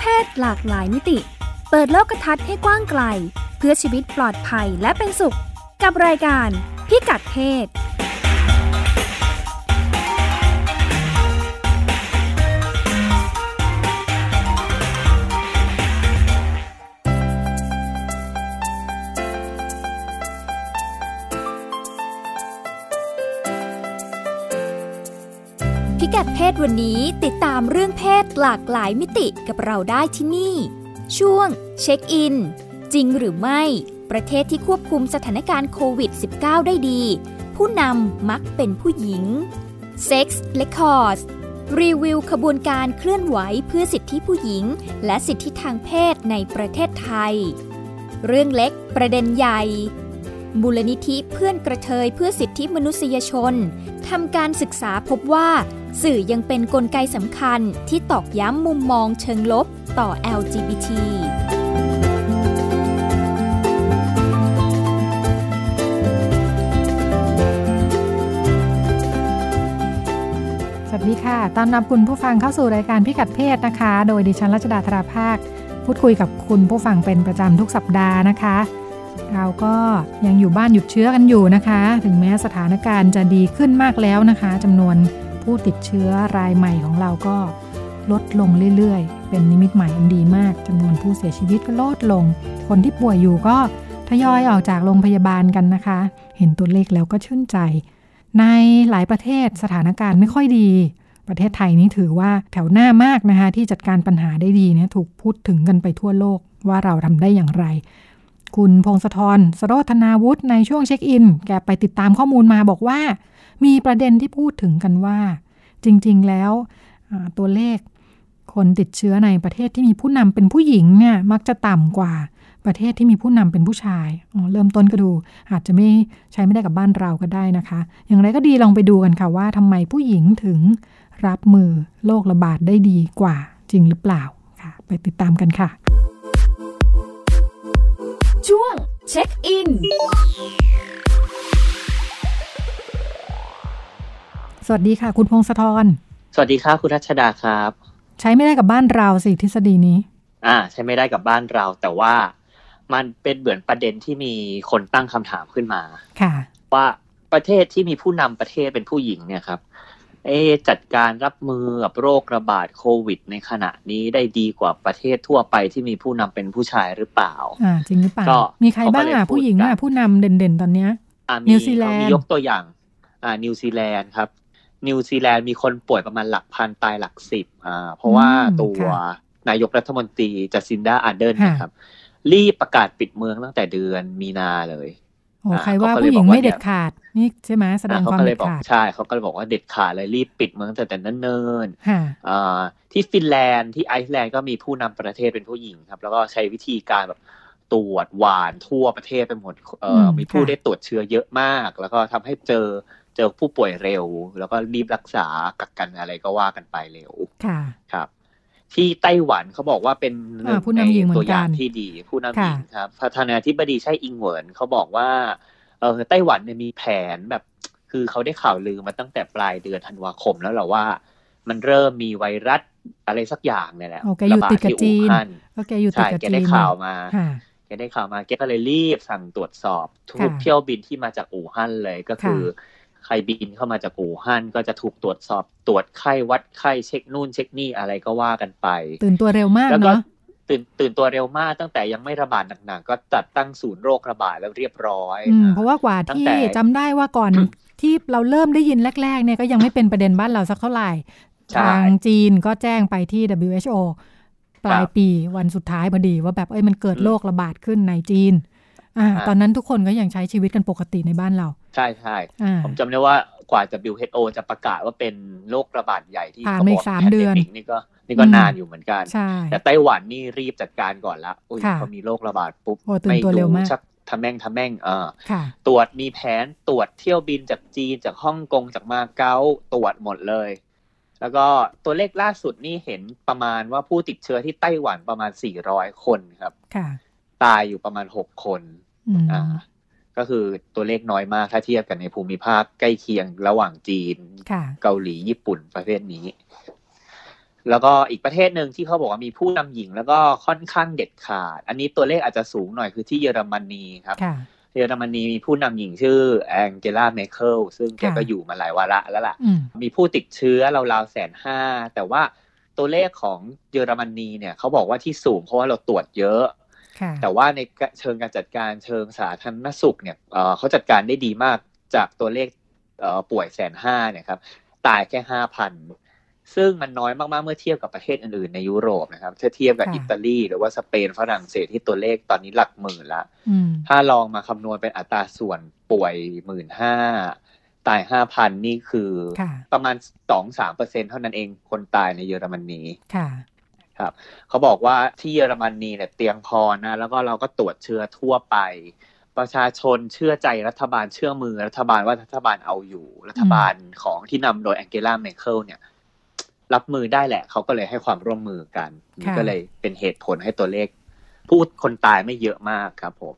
ศหลากหลายมิติเปิดโลกทัศน์ให้กว้างไกลเพื่อชีวิตปลอดภัยและเป็นสุขกับรายการพิกัดเพศพิกัดเพศวันนี้ติดตามเรื่องเพศหลากหลายมิติกับเราได้ที่นี่ช่วงเช็คอินจริงหรือไม่ประเทศที่ควบคุมสถานการณ์โควิด -19 ได้ดีผู้นำมักเป็นผู้หญิง Sex Records รีวิวขบวนการเคลื่อนไหวเพื่อสิทธิผู้หญิงและสิทธิทางเพศในประเทศไทยเรื่องเล็กประเด็นใหญ่มูลนิธิเพื่อนกระเทยเพื่อสิทธิมนุษยชนทำการศึกษาพบว่าสื่อยังเป็นกลไกสำคัญที่ตอกย้ำมุมมองเชิงลบต่อ LGBT สวัสดีค่ะต้อนรับคุณผู้ฟังเข้าสู่รายการพิกัดเพศนะคะโดยดิฉันรัชดาธราภาคพูดคุยกับคุณผู้ฟังเป็นประจำทุกสัปดาห์นะคะเราก็ยังอยู่บ้านหยุดเชื้อกันอยู่นะคะถึงแม้สถานการณ์จะดีขึ้นมากแล้วนะคะจำนวนผู้ติดเชื้อรายใหม่ของเราก็ลดลงเรื่อยๆเป็นนิมิตใหม่อันดีมากจำนวนผู้เสียชีวิตก็ลดลงคนที่ป่วยอยู่ก็ทยอยออกจากโรงพยาบาลกันนะคะเห็นตัวเลขแล้วก็ชื่นใจในหลายประเทศสถานการณ์ไม่ค่อยดีประเทศไทยนี้ถือว่าแถวหน้ามากนะคะที่จัดการปัญหาได้ดีเนี่ยถูกพูดถึงกันไปทั่วโลกว่าเราทำได้อย่างไรคุณพงศธร สโรธนาวุฒิในช่วงเช็คอินแกไปติดตามข้อมูลมาบอกว่ามีประเด็นที่พูดถึงกันว่าจริงๆแล้วตัวเลขคนติดเชื้อในประเทศที่มีผู้นำเป็นผู้หญิงเนี่ยมักจะต่ำกว่าประเทศที่มีผู้นำเป็นผู้ชายเริ่มต้นก็ดูอาจจะไม่ใช้ไม่ได้กับบ้านเราก็ได้นะคะอย่างไรก็ดีลองไปดูกันค่ะว่าทำไมผู้หญิงถึงรับมือโรคระบาดได้ดีกว่าจริงหรือเปล่าค่ะไปติดตามกันค่ะช่วงเช็คอินสวัสดีค่ะคุณพงศธรสวัสดีครับคุณรัชดาครับใช้ไม่ได้กับบ้านเราสิทฤษฎีนี้ใช้ไม่ได้กับบ้านเราแต่ว่ามันเป็นเหมือนประเด็นที่มีคนตั้งคำถามขึ้นมาค่ะว่าประเทศที่มีผู้นำประเทศเป็นผู้หญิงเนี่ยครับจัดการรับมือกับโรคระบาดโควิดในขณะนี้ได้ดีกว่าประเทศทั่วไปที่มีผู้นำเป็นผู้ชายหรือเปล่าจริงหรือเปล่ามีใครบ้างผู้หญิงผู้นำเด่นๆตอนนี้นิวซีแลนด์มียกตัวอย่างนิวซีแลนด์ครับนิวซีแลนด์มีคนป่วยประมาณหลักพันตายหลักสิบเพราะว่าตัวนายกรัฐมนตรีจัสซินดาอาร์เดนนะครับรีบประกาศปิดเมืองตั้งแต่เดือนมีนาเลยใครว่าผู้หญิงไม่เด็ดขาดนี่ใช่ไหมแสดงความเด็ดขาดใช่เขาก็เลยบอกว่าเด็ดขาดเลยรีบปิดเมืองตั้งแต่เนิ่นๆที่ฟินแลนด์ที่ไอซ์แลนด์ก็มีผู้นำประเทศเป็นผู้หญิงครับแล้วก็ใช้วิธีการแบบตรวจหวานทั่วประเทศไปหมดมีผู้ได้ตรวจเชื้อเยอะมากแล้วก็ทำให้เจอผู้ป่วยเร็วแล้วก็รีบรักษากักกันอะไรก็ว่ากันไปเร็วครับที่ไต้หวันเขาบอกว่าเป็นผู้นำหญิงตัวอย่างที่ดีผู้นำหญิงครับประธานาธิบดีไช่อิงเหวินเขาบอกว่าไต้หวันเนี่ยมีแผนแบบคือเขาได้ข่าวลือมาตั้งแต่ปลายเดือนธันวาคมแล้วแหละว่ามันเริ่มมีไวรัสอะไรสักอย่างเนี่ยแหละระบาดที่อู่ฮั่นใช่แกได้ข่าวมาแกก็เลยรีบสั่งตรวจสอบทุกเที่ยวบินที่มาจากอู่ฮั่นเลยก็คือใครบินเข้ามาจากอู่ฮั่นก็จะถูกตรวจสอบตรวจไข้วัดไข้เช็คนู่นเช็คนี่อะไรก็ว่ากันไปตื่นตัวเร็วมากเนาะตื่นตัวเร็วมากตั้งแต่ยังไม่ระบาดหนักๆก็จัดตั้งศูนย์โรคระบาดแล้วเรียบร้อยเพราะว่ากว่าที่จำได้ว่าก่อน ที่เราเริ่มได้ยินแรกๆเนี่ยก็ยังไม่เป็นประเด็นบ้านเราสักเท่าไหร่ทางจีนก็แจ้งไปที่ WHO ปลายปีวันสุดท้ายพอดีว่าแบบมันเกิดโรคระบาดขึ้นในจีนตอนนั้นทุกคนก็ยังใช้ชีวิตกันปกติในบ้านเราใช่ๆผมจำได้ว่ากว่า WHO จะประกาศว่าเป็นโรคระบาดใหญ่ที่เขาบอก3 เดือนนี่ก็นานอยู่เหมือนกันแต่ไต้หวันนี่รีบจัดการก่อนละพอมีโรคระบาดปุ๊บไม่ดูชักทำแม่งตรวจมีแผนตรวจเที่ยวบินจากจีนจากฮ่องกงจากมาเก๊าตรวจหมดเลยแล้วก็ตัวเลขล่าสุดนี่เห็นประมาณว่าผู้ติดเชื้อที่ไต้หวันประมาณ400 คนครับตายอยู่ประมาณ6 คนก็คือตัวเลขน้อยมากถ้าเทียบกันในภูมิภาคใกล้เคียงระหว่างจีนเกาหลีญี่ปุ่นประเภทนี้แล้วก็อีกประเทศหนึ่งที่เขาบอกว่ามีผู้นำหญิงแล้วก็ค่อนข้างเด็ดขาดอันนี้ตัวเลขอาจจะสูงหน่อยคือที่เยอรมนีครับเยอรมนีมีผู้นำหญิงชื่อแองเกลาเมเคิลซึ่งแกก็อยู่มาหลายวาระแล้วล่ะมีผู้ติดเชื้อราวๆ 150,000 แต่ว่าตัวเลขของเยอรมนีเนี่ยเขาบอกว่าที่สูงเพราะว่าเราตรวจเยอะแต่ว่าในเชิงการจัดการเชิงสาธารณสุขเนี่ยเขาจัดการได้ดีมากจากตัวเลขป่วย 150,000 เนี่ยครับตายแค่ 5,000 ซึ่งมันน้อยมากๆเมื่อเทียบกับประเทศอื่นๆในยุโรปนะครับถ้าเทียบกับอิตาลีหรือว่าสเปนฝรั่งเศสที่ตัวเลขตอนนี้หลักหมื่นละถ้าลองมาคำนวณเป็นอัตราส่วนป่วย 15,000 ตาย 5,000 นี่คือประมาณ 2-3% เท่านั้นเองคนตายในเยอรมนีครับเขาบอกว่าที่เยอรมนีเนี่ยเตียงพอนะแล้วก็เราก็ตรวจเชื้อทั่วไปประชาชนเชื่อใจรัฐบาลเชื่อมือรัฐบาลว่ารัฐบาลเอาอยู่รัฐบาลของที่นำโดยแองเกลาเมเคิลเนี่ยรับมือได้แหละเขาก็เลยให้ความร่วมมือกันนี่ก็เลยเป็นเหตุผลให้ตัวเลขผู้คนตายไม่เยอะมากครับผม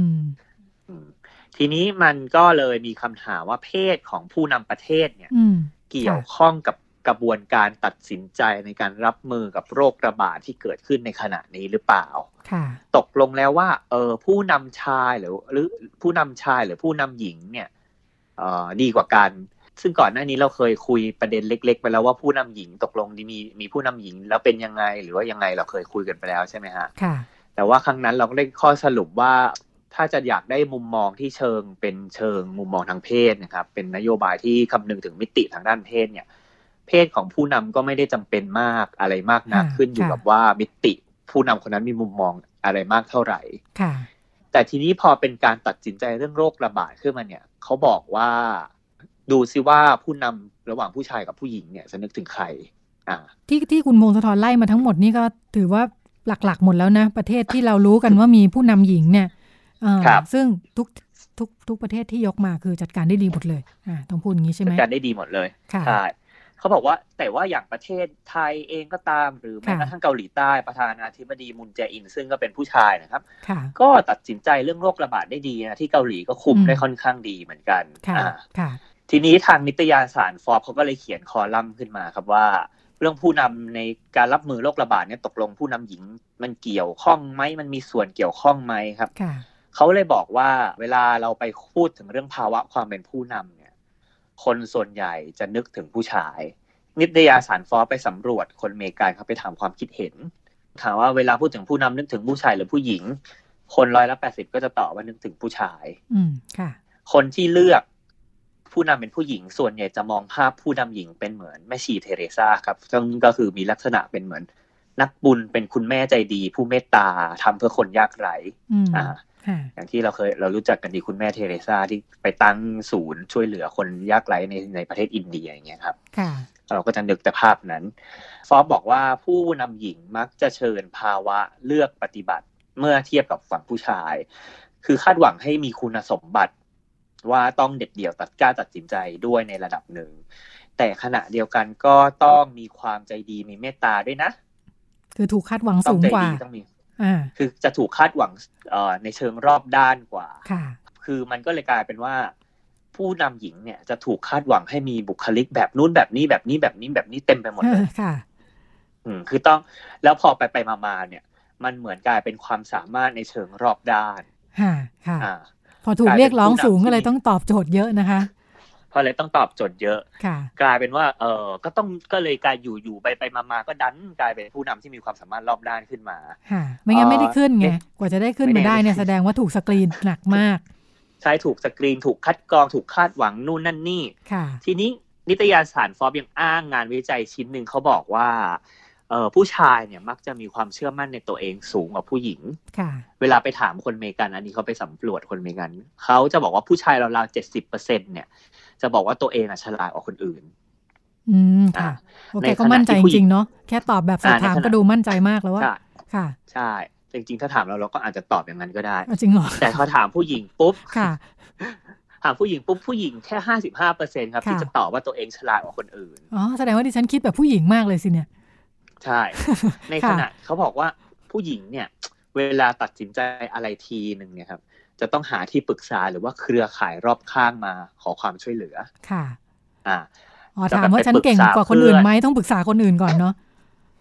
ทีนี้มันก็เลยมีคำถามว่าเพศของผู้นำประเทศเนี่ยเกี่ยวข้องกับกระบวนการตัดสินใจในการรับมือกับโรคระบาดที่เกิดขึ้นในขณะนี้หรือเปล่าตกลงแล้วว่าผู้นำชายหรือผู้นำชายหรือผู้นำหญิงเนี่ยดีกว่ากันซึ่งก่อนหน้านี้เราเคยคุยประเด็นเล็กๆไปแล้วว่าผู้นำหญิงตกลงมีผู้นำหญิงแล้วเป็นยังไงหรือว่ายังไงเราเคยคุยกันไปแล้วใช่ไหมฮะแต่ว่าครั้งนั้นเราก็ได้ข้อสรุปว่าถ้าจะอยากได้มุมมองที่เป็นเชิงมุมมองทางเพศนะครับเป็นนโยบายที่คำนึงถึงมิติทางด้านเพศเนี่ยเพศของผู้นำก็ไม่ได้จำเป็นมากอะไรมากนักขึ้นอยู่กับว่ามิติผู้นำคนนั้นมีมุมมองอะไรมากเท่าไหร่แต่ทีนี้พอเป็นการตัดสินใจเรื่องโรคระบาดขึ้นมาเนี่ยเขาบอกว่าดูซิว่าผู้นำระหว่างผู้ชายกับผู้หญิงเนี่ยจะนึกถึงใครที่คุณพงศธรไล่มาทั้งหมดนี่ก็ถือว่าหลักๆหมดแล้วนะประเทศที่เรารู้กันว่ามีผู้นำหญิงเนี่ยซึ่งทุกประเทศที่ยกมาคือจัดการได้ดีหมดเลยต้องพูดอย่างนี้ใช่ไหมจัดการได้ดีหมดเลยใช่เขาบอกว่าแต่ว่าอย่างประเทศไทยเองก็ตามหรือแม้กระทั่งเกาหลีใต้ประธานาธิบดีมุนแจอินซึ่งก็เป็นผู้ชายนะครับก็ตัดสินใจเรื่องโรคระบาดได้ดีนะที่เกาหลีก็คุมได้ค่อนข้างดีเหมือนกันทีนี้ทางนิตยสารฟอร์บเขาก็เลยเขียนคอลัมน์ขึ้นมาครับว่าเรื่องผู้นำในการรับมือโรคระบาดเนี่ยตกลงผู้นำหญิงมันเกี่ยวข้องไหมมันมีส่วนเกี่ยวข้องไหมครับเขาเลยบอกว่าเวลาเราไปพูดถึงเรื่องภาวะความเป็นผู้นำเนี่ยคนส่วนใหญ่จะนึกถึงผู้ชายนิตยสารฟอร์บไปสำรวจคนอเมริกันเขาไปถามความคิดเห็นถามว่าเวลาพูดถึงผู้นำนึกถึงผู้ชายหรือผู้หญิงคน80%ก็จะตอบว่านึกถึงผู้ชายคนที่เลือกผู้นำเป็นผู้หญิงส่วนใหญ่จะมองภาพผู้นำหญิงเป็นเหมือนแม่ชีเทเรซาครับซึ่งก็คือมีลักษณะเป็นเหมือนนักบุญเป็นคุณแม่ใจดีผู้เมตตาทำเพื่อคนยากไร้อย่างที่เรารู้จักกันดีคุณแม่เทเรซาที่ไปตั้งศูนย์ช่วยเหลือคนยากไร้ในประเทศอินเดียอย่างเงี้ยครับเราก็จะนึกแต่ภาพนั้นฟอร์บบอกว่าผู้นำหญิงมักจะเชิญภาวะเลือกปฏิบัติเมื่อเทียบกับฝั่งผู้ชายคือคาดหวังให้มีคุณสมบัติว่าต้องเด็ดเดี่ยวกล้าตัดสินใจด้วยในระดับหนึ่งแต่ขณะเดียวกันก็ต้องมีความใจดีมีเมตตาด้วยนะคือถูกคาดหวังสูงกว่าคือจะถูกคาดหวังในเชิงรอบด้านกว่าคือมันก็เลยกลายเป็นว่าผู้นำหญิงเนี่ยจะถูกคาดหวังให้มีบุคลิกแบบนู้นแบบนี้แบบนี้แบบนี้แบบนี้เต็มไปหมดเลยคือต้องแล้วพอไปมาเนี่ยมันเหมือนกลายเป็นความสามารถในเชิงรอบด้านพอถูกเรียกร้องสูงก็เลยต้องตอบโจทย์เยอะนะคะพอเลยต้องตอบโจทย์เยอะกลายเป็นว่าก็เลยกลายอยู่ไปมาก็ดันกลายเป็นผู้นำที่มีความสามารถรอบด้านขึ้นมาไม่งั้นไม่ได้ขึ้นไงกว่าจะได้ขึ้นมาได้เนี่ยแสดงว่าถูกสกรีนหนักมากใช่ถูกสกรีนถูกคัดกรองถูกคาดหวังนู่นนั่นนี่ทีนี้นิตยสารฟอร์บยังอ้างงานวิจัยชิ้นหนึ่งเขาบอกว่าผู้ชายเนี่ยมักจะมีความเชื่อมั่นในตัวเองสูงกว่าผู้หญิงเวลาไปถามคนอเมริกันอันนี้เขาไปสำรวจคนอเมริกันเขาจะบอกว่าผู้ชายราวๆ 70% เนี่ยจะบอกว่าตัวเองฉลาดกว่าคนอื่นค่ะโอเคก็มั่นใจจริงๆเนาะแค่ตอบแบบสอบถามก็ดูมั่นใจมากแล้วว่าค่ะใช่จริงๆถ้าถามเราก็อาจจะตอบอย่างนั้นก็ได้จริงเหรอแต่พอถามผู้หญิงปุ๊บถามผู้หญิงปุ๊บผู้หญิงแค่ 55% ครับที่จะตอบว่าตัวเองฉลาดกว่าคนอื่นแสดงว่าดิฉันคิดแบบผู้หญิงมากเลยสิเนี่ยใช่ในขณะเขาบอกว่าผู้หญิงเนี่ยเวลาตัดสินใจอะไรทีนึงเนี่ยครับจะต้องหาที่ปรึกษาหรือว่าเครือข่ายรอบข้างมาขอความช่วยเหลือค่ะถามว่าฉันเก่งกว่าคนอื่นไหมต้องปรึกษาคนอื่นก่อนเนาะ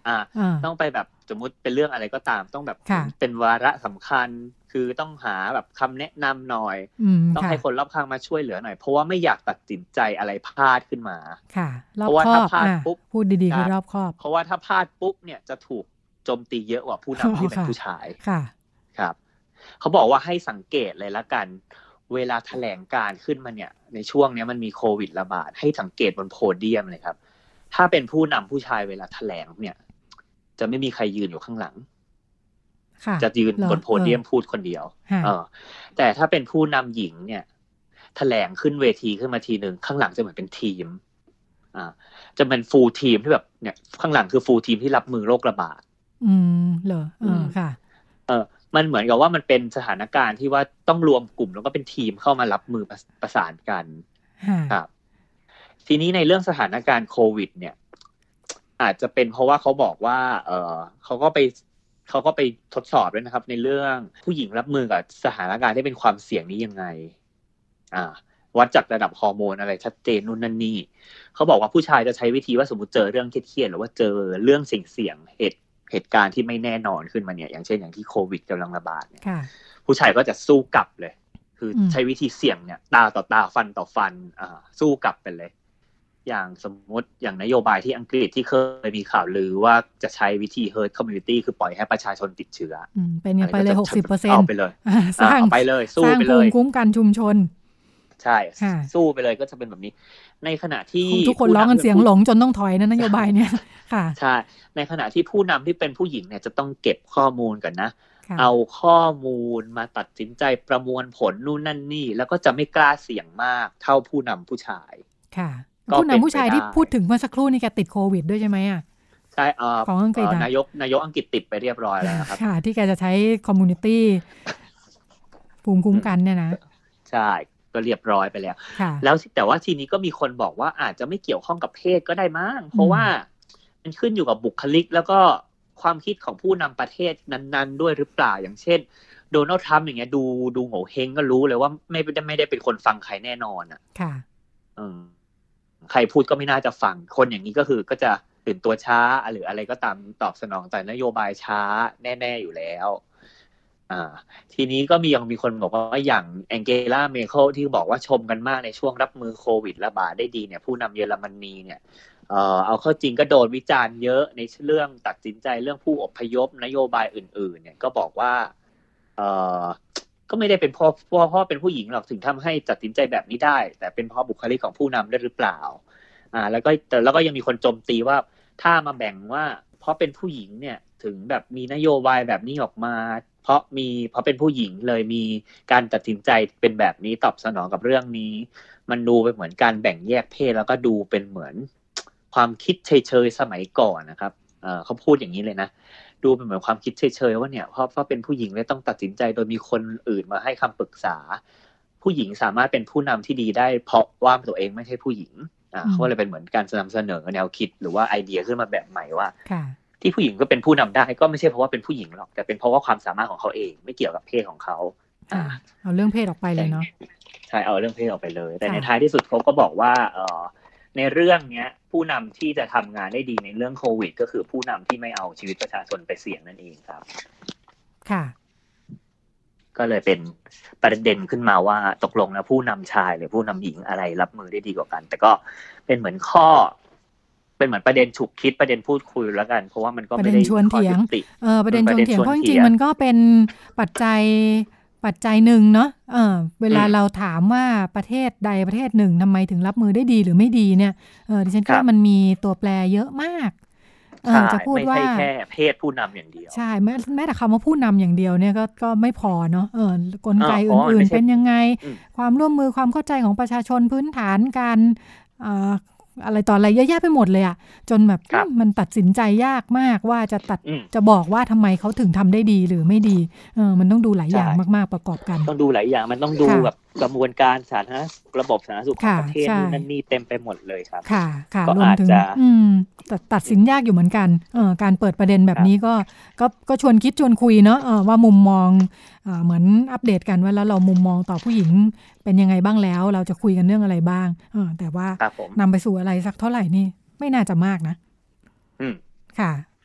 ต้องไปแบบสมมุติเป็นเรื่องอะไรก็ตามต้องแบบเป็นวาระสำคัญคือต้องหาแบบคำแนะนำหน่อยต้องให้คนรอบข้างมาช่วยเหลือหน่อยเพราะว่าไม่อยากตัดสินใจอะไรพลาดขึ้นมาค่ะเพราะว่าถ้าพลาดปุ๊บพูดดีๆคือรอบคอบเพราะว่าถ้าพลาดปุ๊บเนี่ยจะถูกโจมตีเยอะกว่าผู้นำที่เป็นผู้ชายค่ะครับเขาบอกว่าให้สังเกตเลยละกันเวลาแถลงการขึ้นมาเนี่ยในช่วงนี้มันมีโควิดระบาดให้สังเกตบนโพเดียมเลยครับถ้าเป็นผู้นำผู้ชายเวลาแถลงเนี่ยจะไม่มีใครยืนอยู่ข้างหลังจะยืนบนโพเดียมพูดคนเดียวแต่ถ้าเป็นผู้นำหญิงเนี่ยแถลงขึ้นเวทีขึ้นมาทีนึงข้างหลังจะเหมือนเป็นทีมจะเป็นฟูลทีมที่แบบเนี่ยข้างหลังคือฟูลทีมที่รับมือโรคระบาดเหรอค่ะมันเหมือนกับว่ามันเป็นสถานการณ์ที่ว่าต้องรวมกลุ่มแล้วก็เป็นทีมเข้ามารับมือประสานกันครับทีนี้ในเรื่องสถานการณ์โควิดเนี่ยอาจจะเป็นเพราะว่าเขาบอกว่าเขาก็ไปทดสอบด้วยนะครับในเรื่องผู้หญิงรับมือกับสถานการณ์ที่เป็นความเสี่ยงนี้ยังไงวัดจากระดับฮอร์โมนอะไรชัดเจนนู่นนั่นนี่เขาบอกว่าผู้ชายจะใช้วิธีว่าสมมติเจอเรื่องเครียดหรือว่าเจอเรื่องเสี่ยงเหตุการณ์ที่ไม่แน่นอนขึ้นมาเนี่ยอย่างเช่นอย่างที่โควิดกำลังระบาดเนี่ยผู้ชายก็จะสู้กลับเลยคือใช้วิธีเสี่ยงเนี่ยตาต่อตาฟันต่อฟันสู้กลับไปเลยอย่างสมมติอย่างนโยบายที่อังกฤษที่เคยมีข่าวลือว่าจะใช้วิธี herd community คือปล่อยให้ประชาชนติดเชื้อเป็นไปเลย 60% เอาไปเลยสร้างไปเลยสู้ไปเลยสร้างภูมิคุ้มกันชุมชนใช่สู้ไปเลยก็จะเป็นแบบนี้ในขณะที่ทุกคนร้องกันเสียงหลงจนต้องถอยนะนโยบายเนี่ยค่ะใช่ในขณะที่ผู้นำที่เป็นผู้หญิงเนี่ยจะต้องเก็บข้อมูลกันนะเอาข้อมูลมาตัดสินใจประมวลผลนู่นนั่นนี่แล้วก็จะไม่กล้าเสี่ยงมากเท่าผู้นำผู้ชายค่ะผู้นำผู้ชายที่พูดถึงเมื่อสักครู่นี่แกติดโควิดด้วยใช่ไหมใช่ของอังกฤษนายกอังกฤษติดไปเรียบร้อยแล้วครับค่ะที่แกจะใช้คอมมูนิตี้ภูมิคุ้มกันเนี่ยนะใช่ก็เรียบร้อยไปแล้วแล้วแต่ว่าทีนี้ก็มีคนบอกว่าอาจจะไม่เกี่ยวข้องกับเพศก็ได้มั้งเพราะว่ามันขึ้นอยู่กับบุคลิกแล้วก็ความคิดของผู้นำประเทศนั้นๆด้วยหรือเปล่าอย่างเช่นโดนัลด์ทรัมป์อย่างเงี้ยดูโง่เฮงก็รู้เลยว่าไม่ได้เป็นคนฟังใครแน่นอนค่ะใครพูดก็ไม่น่าจะฟังคนอย่างนี้ก็คือก็จะตื่นตัวช้าหรืออะไรก็ตามตอบสนองแต่นโยบายช้าแน่ๆอยู่แล้วทีนี้ก็ยังมีคนบอกว่าอย่างแองเกลาเมเคิลที่บอกว่าชมกันมากในช่วงรับมือโควิดระบาดได้ดีเนี่ยผู้นำเยอรมนีเนี่ยเอาเข้าจริงก็โดนวิจารณ์เยอะในเรื่องตัดสินใจเรื่องผู้อพยพนโยบายอื่นๆเนี่ยก็บอกว่าก็ไม่ได้เป็นเพราะเป็นผู้หญิงหรอกถึงทำให้ตัดสินใจแบบนี้ได้แต่เป็นเพราะบุคลิกของผู้นำได้หรือเปล่าแล้วก็ยังมีคนโจมตีว่าถ้ามาแบ่งว่าเพราะเป็นผู้หญิงเนี่ยถึงแบบมีนโยบายแบบนี้ออกมาเพราะเป็นผู้หญิงเลยมีการตัดสินใจเป็นแบบนี้ตอบสนองกับเรื่องนี้มันดูเป็นเหมือนการแบ่งแยกเพศแล้วก็ดูเป็นเหมือนความคิดเฉยๆสมัยก่อนนะครับเขาพูดอย่างนี้เลยนะดูเป็นเหมือนความคิดเฉยๆว่าเนี่ยเพราะเป็นผู้หญิงเลยต้องตัดสินใจโดยมีคนอื่นมาให้คำปรึกษาผู้หญิงสามารถเป็นผู้นำที่ดีได้เพราะว่าตัวเองไม่ใช่ผู้หญิงเขาเลยเป็นเหมือนการนำเสนอแนวคิดหรือว่าไอเดียขึ้นมาแบบใหม่ว่าที่ผู้หญิงก็เป็นผู้นำได้ก็ไม่ใช่เพราะว่าเป็นผู้หญิงหรอกแต่เป็นเพราะว่าความสามารถของเขาเองไม่เกี่ยวกับเพศของเขาเอาเรื่องเพศออกไปเลยเนาะใช่เอาเรื่องเพศออกไปเลยแต่ในท้ายที่สุดเขาก็บอกว่าในเรื่องนี้ผู้นำที่จะทำงานได้ดีในเรื่องโควิดก็คือผู้นำที่ไม่เอาชีวิตประชาชนไปเสี่ยงนั่นเองครับค่ะก็เลยเป็นประเด็นขึ้นมาว่าตกลงแล้วผู้นำชายหรือผู้นำหญิงอะไรรับมือได้ดีกว่ากันแต่ก็เป็นเหมือนประเด็นฉุกคิดประเด็นพูดคุยแล้วกันเพราะว่ามันก็ไม่ได้ชวนเถียงประเด็นชวนเถียงเพราะจริงๆมันก็เป็นปัจจัยหนึ่งเนาะเวลาเราถามว่าประเทศใดประเทศหนึ่งทำไมถึงรับมือได้ดีหรือไม่ดีเนี่ยดิฉันคิดว่ามันมีตัวแปรเยอะมากจะพูดว่าไม่ใช่แค่เพศผู้นำอย่างเดียวใช่แม้แต่คำว่าผู้นำอย่างเดียวเนี่ยก็ไม่พอเนาะกลไกอื่นๆเป็นยังไงความร่วมมือความเข้าใจของประชาชนพื้นฐานการอะไรต่ออะไรเยอะแยะไปหมดเลยจนแบบมันตัดสินใจยากมากว่าจะบอกว่าทำไมเขาถึงทำได้ดีหรือไม่ดีมันต้องดูหลายอย่างมากๆประกอบกันต้องดูหลายอย่างมันต้องดูแบบกระบวนการสาธารณระบบสาธารณสุขของประเทศนั่นนี่เต็มไปหมดเลยครับค่ะรวมถึงตัดสินยากอยู่เหมือนกันการเปิดประเด็นแบบนี้ก็ชวนคิดชวนคุยเนาะว่ามุมมองเหมือนอัปเดตกันว่าแล้วเรามุมมองต่อผู้หญิงเป็นยังไงบ้างแล้วเราจะคุยกันเรื่องอะไรบ้างแต่ว่านำไปสู่อะไรสักเท่าไหร่นี่ไม่น่าจะมากนะค่ะ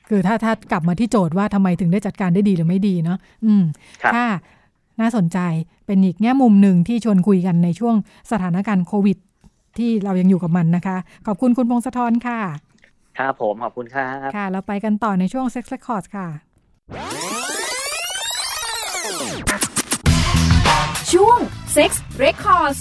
คือถ้ากลับมาที่โจทย์ว่าทำไมถึงได้จัดการได้ดีหรือไม่ดีเนาะค่ะน่าสนใจเป็นอีกแง่มุมหนึ่งที่ชวนคุยกันในช่วงสถานการณ์โควิดที่เรายังอยู่กับมันนะคะขอบคุณคุณพงศธรค่ะครับผมขอบคุณครับค่ะเราไปกันต่อในช่วง Sex Records ค่ะช่วง Sex Records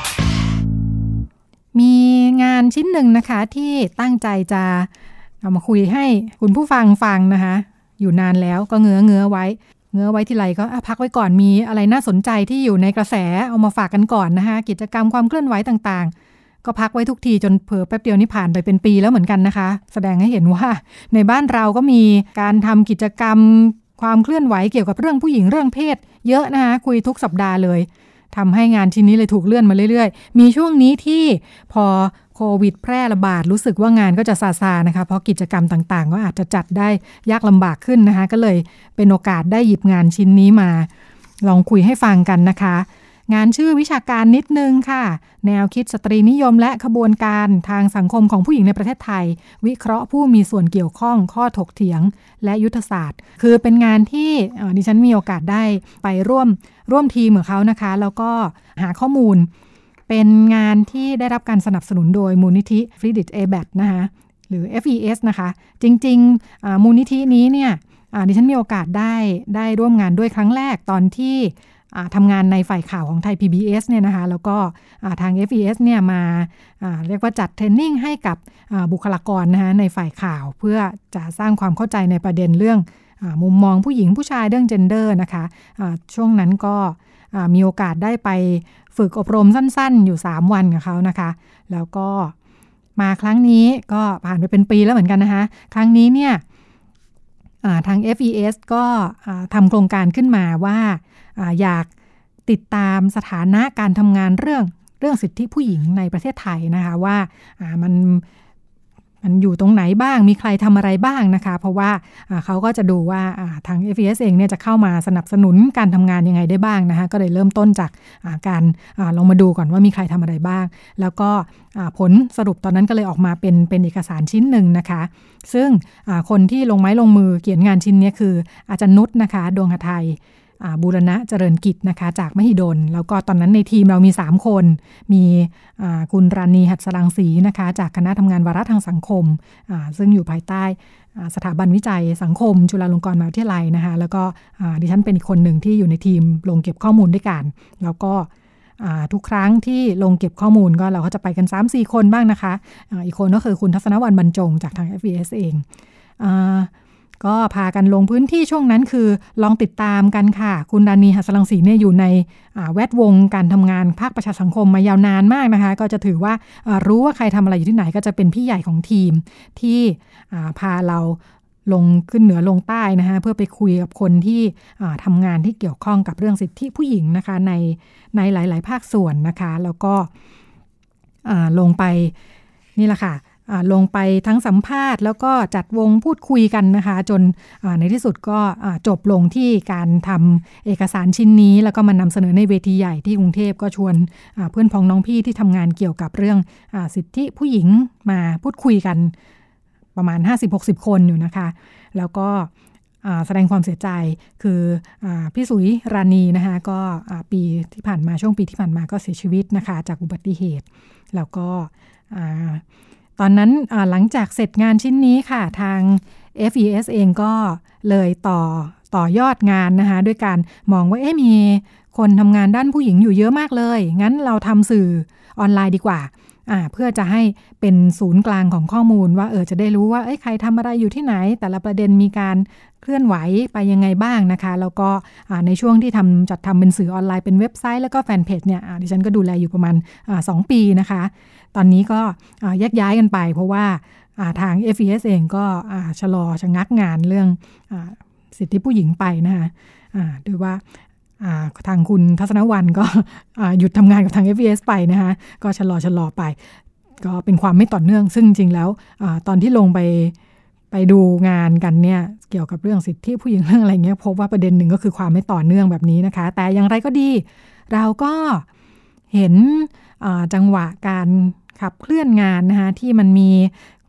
มีงานชิ้นหนึ่งนะคะที่ตั้งใจจะเอามาคุยให้คุณผู้ฟังฟังนะคะอยู่นานแล้วก็เงื้อไว้ทีไรก็พักไว้ก่อนมีอะไรน่าสนใจที่อยู่ในกระแสเอามาฝากกันก่อนนะคะกิจกรรมความเคลื่อนไหวต่างๆก็พักไว้ทุกทีจนเผลอแป๊บเดียวนี่ผ่านไปเป็นปีแล้วเหมือนกันนะคะแสดงให้เห็นว่าในบ้านเราก็มีการทำกิจกรรมความเคลื่อนไหวเกี่ยวกับเรื่องผู้หญิงเรื่องเพศเยอะนะคะคุยทุกสัปดาห์เลยทำให้งานชิ้นนี้เลยถูกเลื่อนมาเรื่อยๆมีช่วงนี้ที่พอโควิดแพร่ระบาดรู้สึกว่างานก็จะซาๆนะคะเพราะกิจกรรมต่างๆก็อาจจะจัดได้ยากลำบากขึ้นนะคะก็เลยเป็นโอกาสได้หยิบงานชิ้นนี้มาลองคุยให้ฟังกันนะคะงานชื่อวิชาการนิดนึงค่ะแนวคิดสตรีนิยมและขบวนการทางสังคมของผู้หญิงในประเทศไทยวิเคราะห์ผู้มีส่วนเกี่ยวข้องข้อถกเถียงและยุทธศาสตร์คือเป็นงานที่ดิฉันมีโอกาสได้ไปร่วมทีมกับเขานะคะแล้วก็หาข้อมูลเป็นงานที่ได้รับการสนับสนุนโดยมูลนิธิ Friedrich Ebert นะคะหรือ FES นะคะจริงๆมูลนิธินี้เนี่ยดิฉันมีโอกาสได้ร่วมงานด้วยครั้งแรกตอนที่ทำงานในฝ่ายข่าวของไทย PBS เนี่ยนะคะแล้วก็ทาง FES เนี่ยมาเรียกว่าจัดเทรนนิ่งให้กับบุคลากรนะคะในฝ่ายข่าวเพื่อจะสร้างความเข้าใจในประเด็นเรื่องมุมมองผู้หญิงผู้ชายเรื่อง gender นะคะช่วงนั้นก็มีโอกาสได้ไปฝึกอบรมสั้นๆอยู่3วันกับเขานะคะแล้วก็มาครั้งนี้ก็ผ่านไปเป็นปีแล้วเหมือนกันนะคะครั้งนี้เนี่ยทาง FES ก็ทำโครงการขึ้นมาว่าอยากติดตามสถานะการทำงานเรื่องสิทธิผู้หญิงในประเทศไทยนะคะว่ามันอยู่ตรงไหนบ้างมีใครทำอะไรบ้างนะคะเพราะว่าเขาก็จะดูว่าทาง FES เองเนี่ยจะเข้ามาสนับสนุนการทำงานยังไงได้บ้างนะคะก็เลยเริ่มต้นจากการลองมาดูก่อนว่ามีใครทำอะไรบ้างแล้วก็ผลสรุปตอนนั้นก็เลยออกมาเป็นเอกสารชิ้นหนึ่งนะคะซึ่งคนที่ลงไม้ลงมือเขียนงานชิ้นนี้คืออาจารย์นุชนะคะดวงหทัยบูรณะเจริญกิจนะคะจากมหิดลแล้วก็ตอนนั้นในทีมเรามี3คนมีคุณราณีหัตถรังสีนะคะจากคณะทำงานวาระทางสังคมซึ่งอยู่ภายใต้สถาบันวิจัยสังคมจุฬาลงกรณ์มหาวิทยาลัยนะคะแล้วก็ดิฉันเป็นอีกคนหนึ่งที่อยู่ในทีมลงเก็บข้อมูลด้วยกันแล้วก็ทุกครั้งที่ลงเก็บข้อมูลก็เราก็จะไปกัน 3-4 คนบ้างนะคะอีกคนก็คือคุณทัศนวรรณบรรจงจากทาง FES เองก็พากันลงพื้นที่ช่วงนั้นคือลองติดตามกันค่ะคุณราณีหัตถรังสีเนี่ยอยู่ในแวดวงการทำงานภาคประชาสังคมมายาวนานมากนะคะก็จะถือว่ารู้ว่าใครทำอะไรอยู่ที่ไหนก็จะเป็นพี่ใหญ่ของทีมที่พาเราลงขึ้นเหนือลงใต้นะคะเพื่อไปคุยกับคนที่ทำงานที่เกี่ยวข้องกับเรื่องสิทธิผู้หญิงนะคะในหลายๆภาคส่วนนะคะแล้วก็ลงไปนี่แหละค่ะลงไปทั้งสัมภาษณ์แล้วก็จัดวงพูดคุยกันนะคะจนในที่สุดก็จบลงที่การทำเอกสารชิ้นนี้แล้วก็มานำเสนอในเวทีใหญ่ที่กรุงเทพก็ชวนเพื่อนพ้องน้องพี่ที่ทำงานเกี่ยวกับเรื่องสิทธิผู้หญิงมาพูดคุยกันประมาณ 50-60 คนอยู่นะคะแล้วก็แสดงความเสียใจคือพี่สุยราณีนะคะก็ปีที่ผ่านมาช่วงปีที่ผ่านมาก็เสียชีวิตนะคะจากอุบัติเหตุแล้วก็ตอนนั้นหลังจากเสร็จงานชิ้นนี้ค่ะทาง FES เองก็เลยต่อยอดงานนะคะด้วยการมองว่ามีคนทำงานด้านผู้หญิงอยู่เยอะมากเลยงั้นเราทำสื่อออนไลน์ดีกว่าเพื่อจะให้เป็นศูนย์กลางของข้อมูลว่าจะได้รู้ว่าใครทำอะไรอยู่ที่ไหนแต่ละประเด็นมีการเคลื่อนไหวไปยังไงบ้างนะคะแล้วก็ในช่วงที่จัดทำเป็นสื่อออนไลน์เป็นเว็บไซต์แล้วก็แฟนเพจเนี่ยดิฉันก็ดูแลอยู่ประมาณ2 ปีนะคะตอนนี้ก็แยกย้ายกันไปเพราะว่าทาง FES เองก็ชะงักงานเรื่องสิทธิผู้หญิงไปนะคะโดยว่าทางคุณทัศนวรรณก็หยุดทำงานกับทาง FES ไปนะคะก็ชะลอไปก็เป็นความไม่ต่อเนื่องซึ่งจริงแล้วตอนที่ลงไปดูงานกันเนี่ยเกี่ยวกับเรื่องสิทธิผู้หญิงเรื่องอะไรเงี้ยพบว่าประเด็นหนึ่งก็คือความไม่ต่อเนื่องแบบนี้นะคะแต่อย่างไรก็ดีเราก็เห็นจังหวะการขับเคลื่อนงานนะคะที่มันมี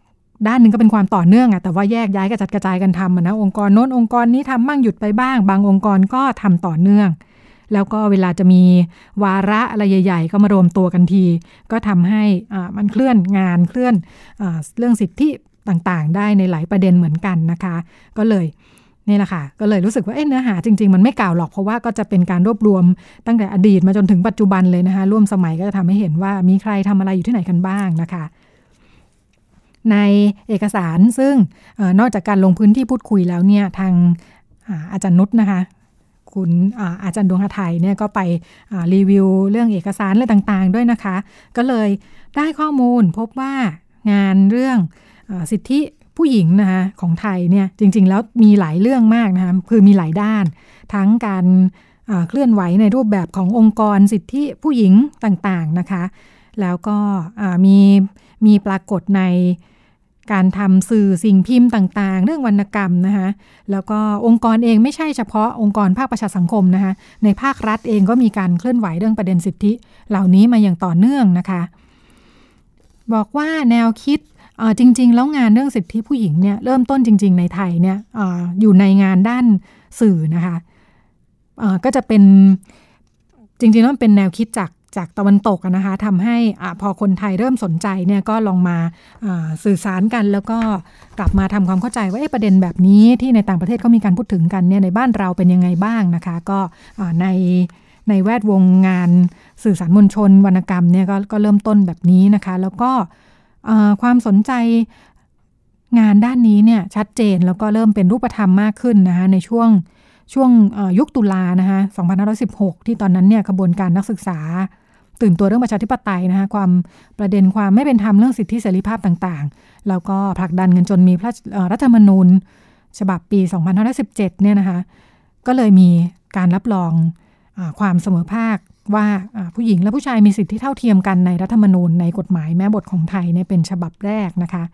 ด้านนึงก็เป็นความต่อเนื่องแต่ว่าแยกย้ายกระจัดกระจายกันทำนะองค์กรโน้นองค์กรนี้ทำบ้างหยุดไปบ้างบางองค์กรก็ทำต่อเนื่องแล้วก็เวลาจะมีวาระอะไรใหญ่ๆก็มารวมตัวกันทีก็ทำให้มันเคลื่อนงานเคลื่อนเรื่องสิทธิต่างๆได้ในหลายประเด็นเหมือนกันนะคะก็เลยนี่แหละค่ะก็เลยรู้สึกว่าเนื้อหาจริงๆมันไม่เก่าหรอกเพราะว่าก็จะเป็นการรวบรวมตั้งแต่อดีตมาจนถึงปัจจุบันเลยนะคะร่วมสมัยก็จะทำให้เห็นว่ามีใครทำอะไรอยู่ที่ไหนกันบ้างนะคะในเอกสารซึ่งนอกจากการลงพื้นที่พูดคุยแล้วเนี่ยทางอาจารย์นุชนะคะคุณอาจารย์ดวงหทัยเนี่ยก็ไปรีวิวเรื่องเอกสารอะไรต่างๆด้วยนะคะก็เลยได้ข้อมูลพบว่างานเรื่องสิทธิผู้หญิงนะคะของไทยเนี่ยจริงๆแล้วมีหลายเรื่องมากนะคะคือมีหลายด้านทั้งการเคลื่อนไหวในรูปแบบขององค์กรสิทธิผู้หญิงต่างๆนะคะแล้วก็มีปรากฏในการทำสื่อสิ่งพิมพ์ต่างๆเรื่องวรรณกรรมนะคะแล้วก็องค์กรเองไม่ใช่เฉพาะองค์กรภาคประชาสังคมนะคะในภาครัฐเองก็มีการเคลื่อนไหวเรื่องประเด็นสิทธิเหล่านี้มาอย่างต่อเนื่องนะคะบอกว่าแนวคิดจริงๆแล้วงานเรื่องสิทธิผู้หญิงเนี่ยเริ่มต้นจริงๆในไทยเนี่ยอยู่ในงานด้านสื่อนะคะก็จะเป็นจริงๆแล้วเป็นแนวคิดจากตะวันตกนะคะทำให้พอคนไทยเริ่มสนใจเนี่ยก็ลองมาสื่อสารกันแล้วก็กลับมาทำความเข้าใจว่าประเด็นแบบนี้ที่ในต่างประเทศเขามีการพูดถึงกันเนี่ยในบ้านเราเป็นยังไงบ้างนะคะก็ในแวดวงงานสื่อสารมวลชนวรรณกรรมเนี่ยก็เริ่มต้นแบบนี้นะคะแล้วก็ความสนใจงานด้านนี้เนี่ยชัดเจนแล้วก็เริ่มเป็นรูปธรรมมากขึ้นนะคะในช่วงยุคตุลานะคะ2516ที่ตอนนั้นเนี่ยขบวนการนักศึกษาตื่นตัวเรื่องประชาธิปไตยนะคะความประเด็นความไม่เป็นธรรมเรื่องสิทธิเสรีภาพต่างๆแล้วก็ผลักดันกันจนมีรัฐธรรมนูญฉบับปี2517เนี่ยนะคะก็เลยมีการรับรองความเสมอภาคว่าผู้หญิงและผู้ชายมีสิทธิเท่าเทียมกันในรัฐธรรมนูญในกฎหมายแม่บทของไทยเนี่ยเป็นฉบับแรกนะคะ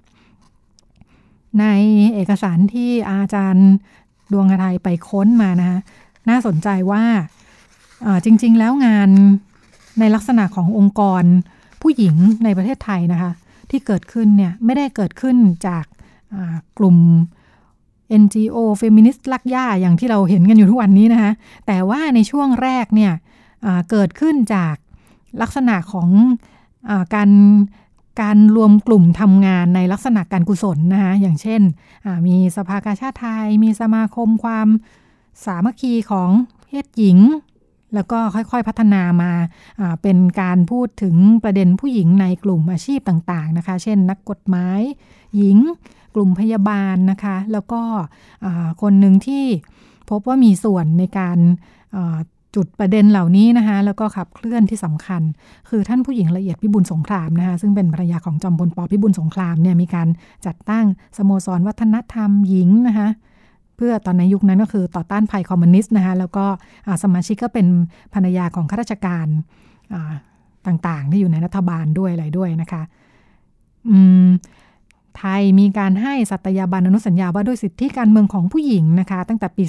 ในเอกสารที่อาจารย์ดวงหทัยไปค้นมานะคะน่าสนใจว่าจริงๆแล้วงานในลักษณะขององค์กรผู้หญิงในประเทศไทยนะคะที่เกิดขึ้นเนี่ยไม่ได้เกิดขึ้นจากกลุ่ม NGO เฟมินิสต์ลักย่าอย่างที่เราเห็นกันอยู่ทุกวันนี้นะคะแต่ว่าในช่วงแรกเนี่ยเกิดขึ้นจากลักษณะของการรวมกลุ่มทำงานในลักษณะการกุศลนะคะอย่างเช่นมีสภากาชาดไทยมีสมาคมความสามัคคีของเพศหญิงแล้วก็ค่อยๆพัฒนามาเป็นการพูดถึงประเด็นผู้หญิงในกลุ่มอาชีพต่างๆนะคะเช่นนักกฎหมายหญิงกลุ่มพยาบาลนะคะแล้วก็คนหนึ่งที่พบว่ามีส่วนในการจุดประเด็นเหล่านี้นะคะแล้วก็ขับเคลื่อนที่สำคัญคือท่านผู้หญิงละเอียดพิบูลสงครามนะคะซึ่งเป็นภรรยาของจอมพลป.พิบูลสงครามเนี่ยมีการจัดตั้งสโมสรวัฒนธรรมหญิงนะคะเพื่อตอนในยุคนั้นก็คือต่อต้านภัยคอมมิวนิสต์นะคะแล้วก็สมาชิกก็เป็นภรรยาของข้าราชการต่างๆที่อยู่ในรัฐบาลด้วยอะไรด้วยนะคะไทยมีการให้สัตยาบันอนุสัญญาว่าด้วยสิทธิการเมืองของผู้หญิงนะคะตั้งแต่ปี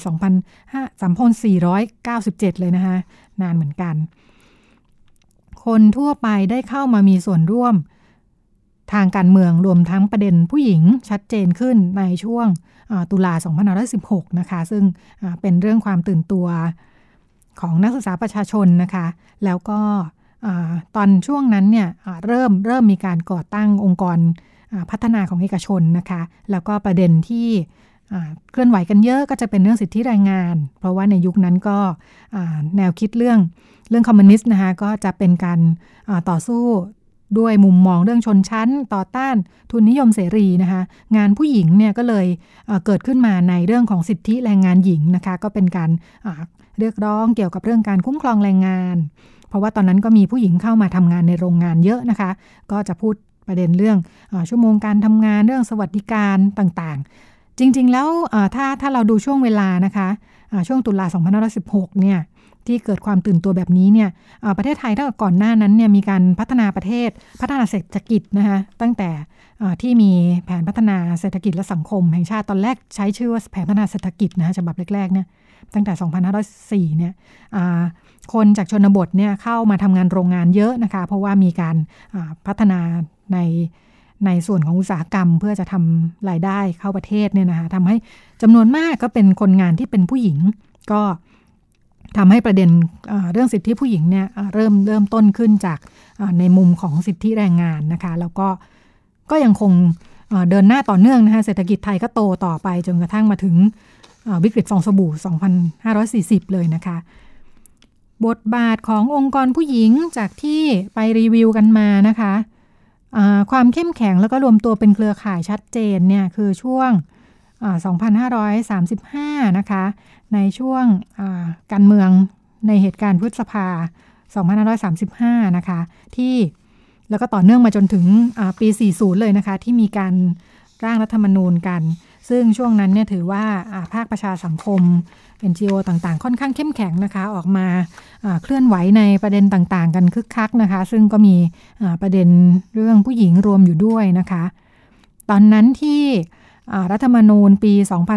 2497เลยนะคะนานเหมือนกันคนทั่วไปได้เข้ามามีส่วนร่วมทางการเมืองรวมทั้งประเด็นผู้หญิงชัดเจนขึ้นในช่วงตุลา2516นะคะซึ่งเป็นเรื่องความตื่นตัวของนักศึกษาประชาชนนะคะแล้วก็ตอนช่วงนั้นเนี่ยเริ่มมีการก่อตั้งองค์กรพัฒนาของเอกชนนะคะแล้วก็ประเด็นที่เคลื่อนไหวกันเยอะก็จะเป็นเรื่องสิทธิแรงงานเพราะว่าในยุคนั้นก็แนวคิดเรื่องคอมมิวนิสต์นะคะก็จะเป็นการต่อสู้ด้วยมุมมองเรื่องชนชั้นต่อต้านทุนนิยมเสรีนะคะงานผู้หญิงเนี่ยก็เลยเกิดขึ้นมาในเรื่องของสิทธิแรงงานหญิงนะคะก็เป็นการเรียกร้องเกี่ยวกับเรื่องการคุ้มครองแรงงานเพราะว่าตอนนั้นก็มีผู้หญิงเข้ามาทำงานในโรงงานเยอะนะคะก็จะพูดประเด็นเรื่องชั่วโมงการทำงานเรื่องสวัสดิการต่างๆจริงๆแล้วถ้าเราดูช่วงเวลานะคะช่วงตุลา2516เนี่ยที่เกิดความตื่นตัวแบบนี้เนี่ยประเทศไทยตั้งแต่ก่อนหน้านั้นเนี่ยมีการพัฒนาประเทศพัฒนาเศรษฐกิจนะคะตั้งแต่ที่มีแผนพัฒนาเศรษฐกิจและสังคมแห่งชาติตอนแรกใช้ชื่อว่าแผนพัฒนาเศรษฐกิจนะฉบับแรกๆเนี่ยตั้งแต่2504เนี่ยคนจากชนบทเนี่ยเข้ามาทำงานโรงงานเยอะนะคะเพราะว่ามีการพัฒนาในส่วนของอุตสาหกรรมเพื่อจะทำรายได้เข้าประเทศเนี่ยนะคะทำให้จำนวนมากก็เป็นคนงานที่เป็นผู้หญิงก็ทำให้ประเด็นเรื่องสิทธิผู้หญิงเนี่ยเริ่มต้นขึ้นจากในมุมของสิทธิแรงงานนะคะแล้วก็ยังคงเดินหน้าต่อเนื่องนะคะเศรษฐกิจไทยก็โตต่อไปจนกระทั่งมาถึงวิกฤตฟองสบู่ 2540 เลยนะคะบทบาทขององค์กรผู้หญิงจากที่ไปรีวิวกันมานะคะความเข้มแข็งแล้วก็รวมตัวเป็นเครือข่ายชัดเจนเนี่ยคือช่วง2535นะคะในช่วงการเมืองในเหตุการณ์พฤษภา2535นะคะที่แล้วก็ต่อเนื่องมาจนถึงปี40เลยนะคะที่มีการร่างรัฐธรรมนูญกันซึ่งช่วงนั้นเนี่ยถือว่าภาคประชาสังคม NGO ต่างๆค่อนข้างเข้มแข็งนะคะออกมาเคลื่อนไหวในประเด็นต่างๆกันคึกคักนะคะซึ่งก็มีประเด็นเรื่องผู้หญิงรวมอยู่ด้วยนะคะตอนนั้นที่รัฐธรรมนูญปี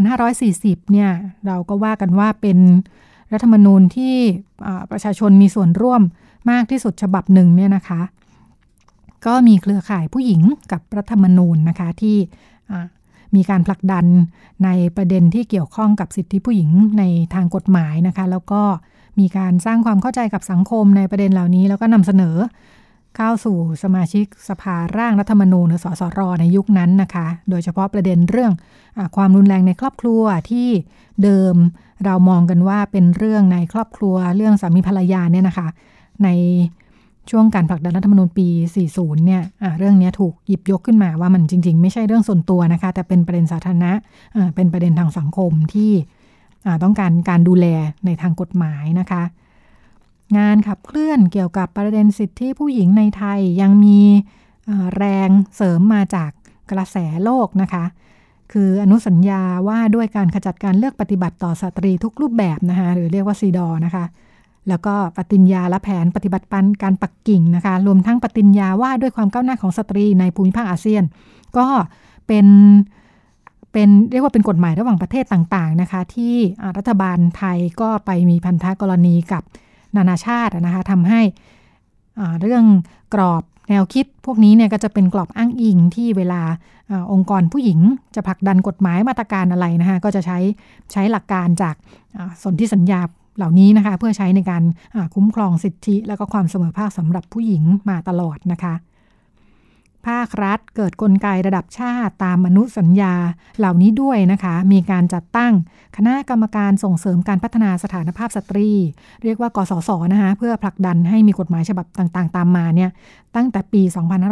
2540เนี่ยเราก็ว่ากันว่าเป็นรัฐธรรมนูญที่ประชาชนมีส่วนร่วมมากที่สุดฉบับหนึ่งเนี่ยนะคะก็มีเครือข่ายผู้หญิงกับรัฐธรรมนูญนะคะที่มีการผลักดันในประเด็นที่เกี่ยวข้องกับสิทธิผู้หญิงในทางกฎหมายนะคะแล้วก็มีการสร้างความเข้าใจกับสังคมในประเด็นเหล่านี้แล้วก็นำเสนอเข้าสู่สมาชิกสภาร่างรัฐธรรมนูญหรือสสร.ในยุคนั้นนะคะโดยเฉพาะประเด็นเรื่องความรุนแรงในครอบครัวที่เดิมเรามองกันว่าเป็นเรื่องในครอบครัวเรื่องสามีภรรยาเนี่ยนะคะในช่วงการผลักดันรัฐธรรมนูญปี 40 เนี่ยเรื่องนี้ถูกหยิบยกขึ้นมาว่ามันจริงๆไม่ใช่เรื่องส่วนตัวนะคะแต่เป็นประเด็นสาธารณะเป็นประเด็นทางสังคมที่ต้องการดูแลในทางกฎหมายนะคะงานขับเคลื่อนเกี่ยวกับประเด็นสิทธิผู้หญิงในไทยยังมีแรงเสริมมาจากกระแสโลกนะคะคืออนุสัญญาว่าด้วยการขจัดการเลือกปฏิบัติต่อสตรีทุกรูปแบบนะคะหรือเรียกว่าซีดอนะคะแล้วก็ปฏิญญาและแผนปฏิบัติการปักกิ่งนะคะรวมทั้งปฏิญญาว่าด้วยความก้าวหน้าของสตรีในภูมิภาคอาเซียนก็เป็นเรียกว่าเป็นกฎหมายระหว่างประเทศต่างๆนะคะที่รัฐบาลไทยก็ไปมีพันธกรณีกับนานาชาตินะคะทำให้เรื่องกรอบแนวคิดพวกนี้เนี่ยก็จะเป็นกรอบอ้างอิงที่เวลาองค์กรผู้หญิงจะผลักดันกฎหมายมาตรการอะไรนะคะก็จะใช้หลักการจากสนธิสัญญาเหล่านี้นะคะเพื่อใช้ในการคุ้มครองสิทธิและก็ความเสมอภาคสำหรับผู้หญิงมาตลอดนะคะภาครัฐเกิดกลไกระดับชาติตามอนุสัญญาเหล่านี้ด้วยนะคะมีการจัดตั้งคณะกรรมการส่งเสริมการพัฒนาสถานภาพสตรีเรียกว่ากสศนะคะเพื่อผลักดันให้มีกฎหมายฉบับต่างๆตามมาเนี่ยตั้งแต่ปี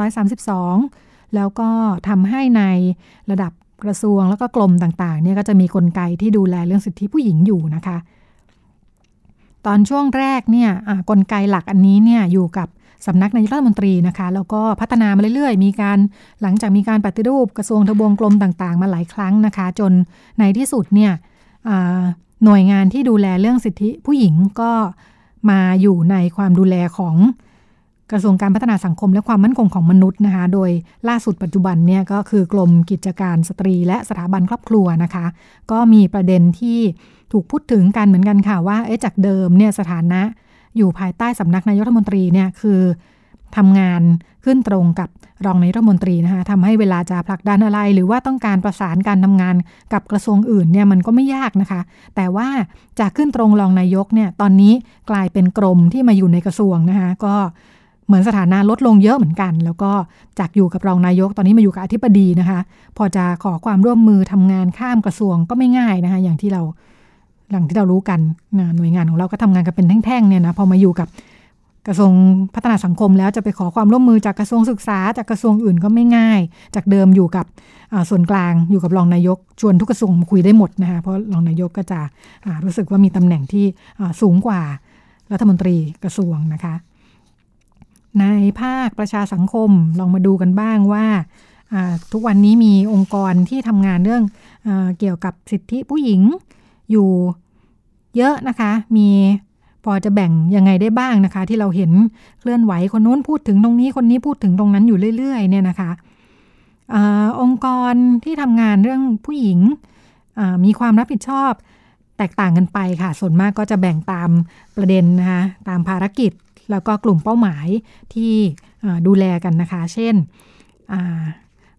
2532 แล้วก็ทำให้ในระดับกระทรวงแล้วก็กรมต่างๆเนี่ยก็จะมีกลไกที่ดูแลเรื่องสิทธิผู้หญิงอยู่นะคะตอนช่วงแรกเนี่ยกลไกหลักอันนี้เนี่ยอยู่กับสำนักนายกรัฐมนตรีนะคะแล้วก็พัฒนามาเรื่อยๆหลังจากมีการปฏิรูปกระทรวงทบวงกรมต่างๆมาหลายครั้งนะคะจนในที่สุดเนี่ยหน่วยงานที่ดูแลเรื่องสิทธิผู้หญิงก็มาอยู่ในความดูแลของกระทรวงการพัฒนาสังคมและความมั่นคงของมนุษย์นะคะโดยล่าสุดปัจจุบันเนี่ยก็คือกรมกิจการสตรีและสถาบันครอบครัวนะคะก็มีประเด็นที่ถูกพูดถึงกันเหมือนกันค่ะว่าจากเดิมเนี่ยสถานะอยู่ภายใต้สำนักนายกรัฐมนตรีเนี่ยคือทำงานขึ้นตรงกับรองนายกรัฐมนตรีนะคะทำให้เวลาจะผลักดันอะไรหรือว่าต้องการประสานการทำงานกับกระทรวงอื่นเนี่ยมันก็ไม่ยากนะคะแต่ว่าจากขึ้นตรงรองนายกเนี่ยตอนนี้กลายเป็นกรมที่มาอยู่ในกระทรวงนะคะก็เหมือนสถานะลดลงเยอะเหมือนกันแล้วก็จากอยู่กับรองนายกตอนนี้มาอยู่กับอธิบดีนะคะพอจะขอความร่วมมือทำงานข้ามกระทรวงก็ไม่ง่ายนะคะอย่างที่เรารู้กันหน่วยงานของเราก็ทำงานกันเป็นแท่งๆเนี่ยนะพอมาอยู่กับกระทรวงพัฒนาสังคมแล้วจะไปขอความร่วมมือจากกระทรวงศึกษาจากกระทรวงอื่นก็ไม่ง่ายจากเดิมอยู่กับส่วนกลางอยู่กับรองนายกชวนทุกกระทรวงมาคุยได้หมดนะคะเพราะรองนายกก็จะรู้สึกว่ามีตำแหน่งที่สูงกว่ารัฐมนตรีกระทรวงนะคะในภาคประชาสังคมลองมาดูกันบ้างว่าทุกวันนี้มีองค์กรที่ทำงานเรื่องเกี่ยวกับสิทธิผู้หญิงอยู่เยอะนะคะมีพอจะแบ่งยังไงได้บ้างนะคะที่เราเห็นเคลื่อนไหวคนโน้นพูดถึงตรงนี้คนนี้พูดถึงตรงนั้นอยู่เรื่อยๆเนี่ยนะคะองค์กรที่ทำงานเรื่องผู้หญิงมีความรับผิดชอบแตกต่างกันไปค่ะส่วนมากก็จะแบ่งตามประเด็นนะคะตามภารกิจแล้วก็กลุ่มเป้าหมายที่ดูแลกันนะคะเช่น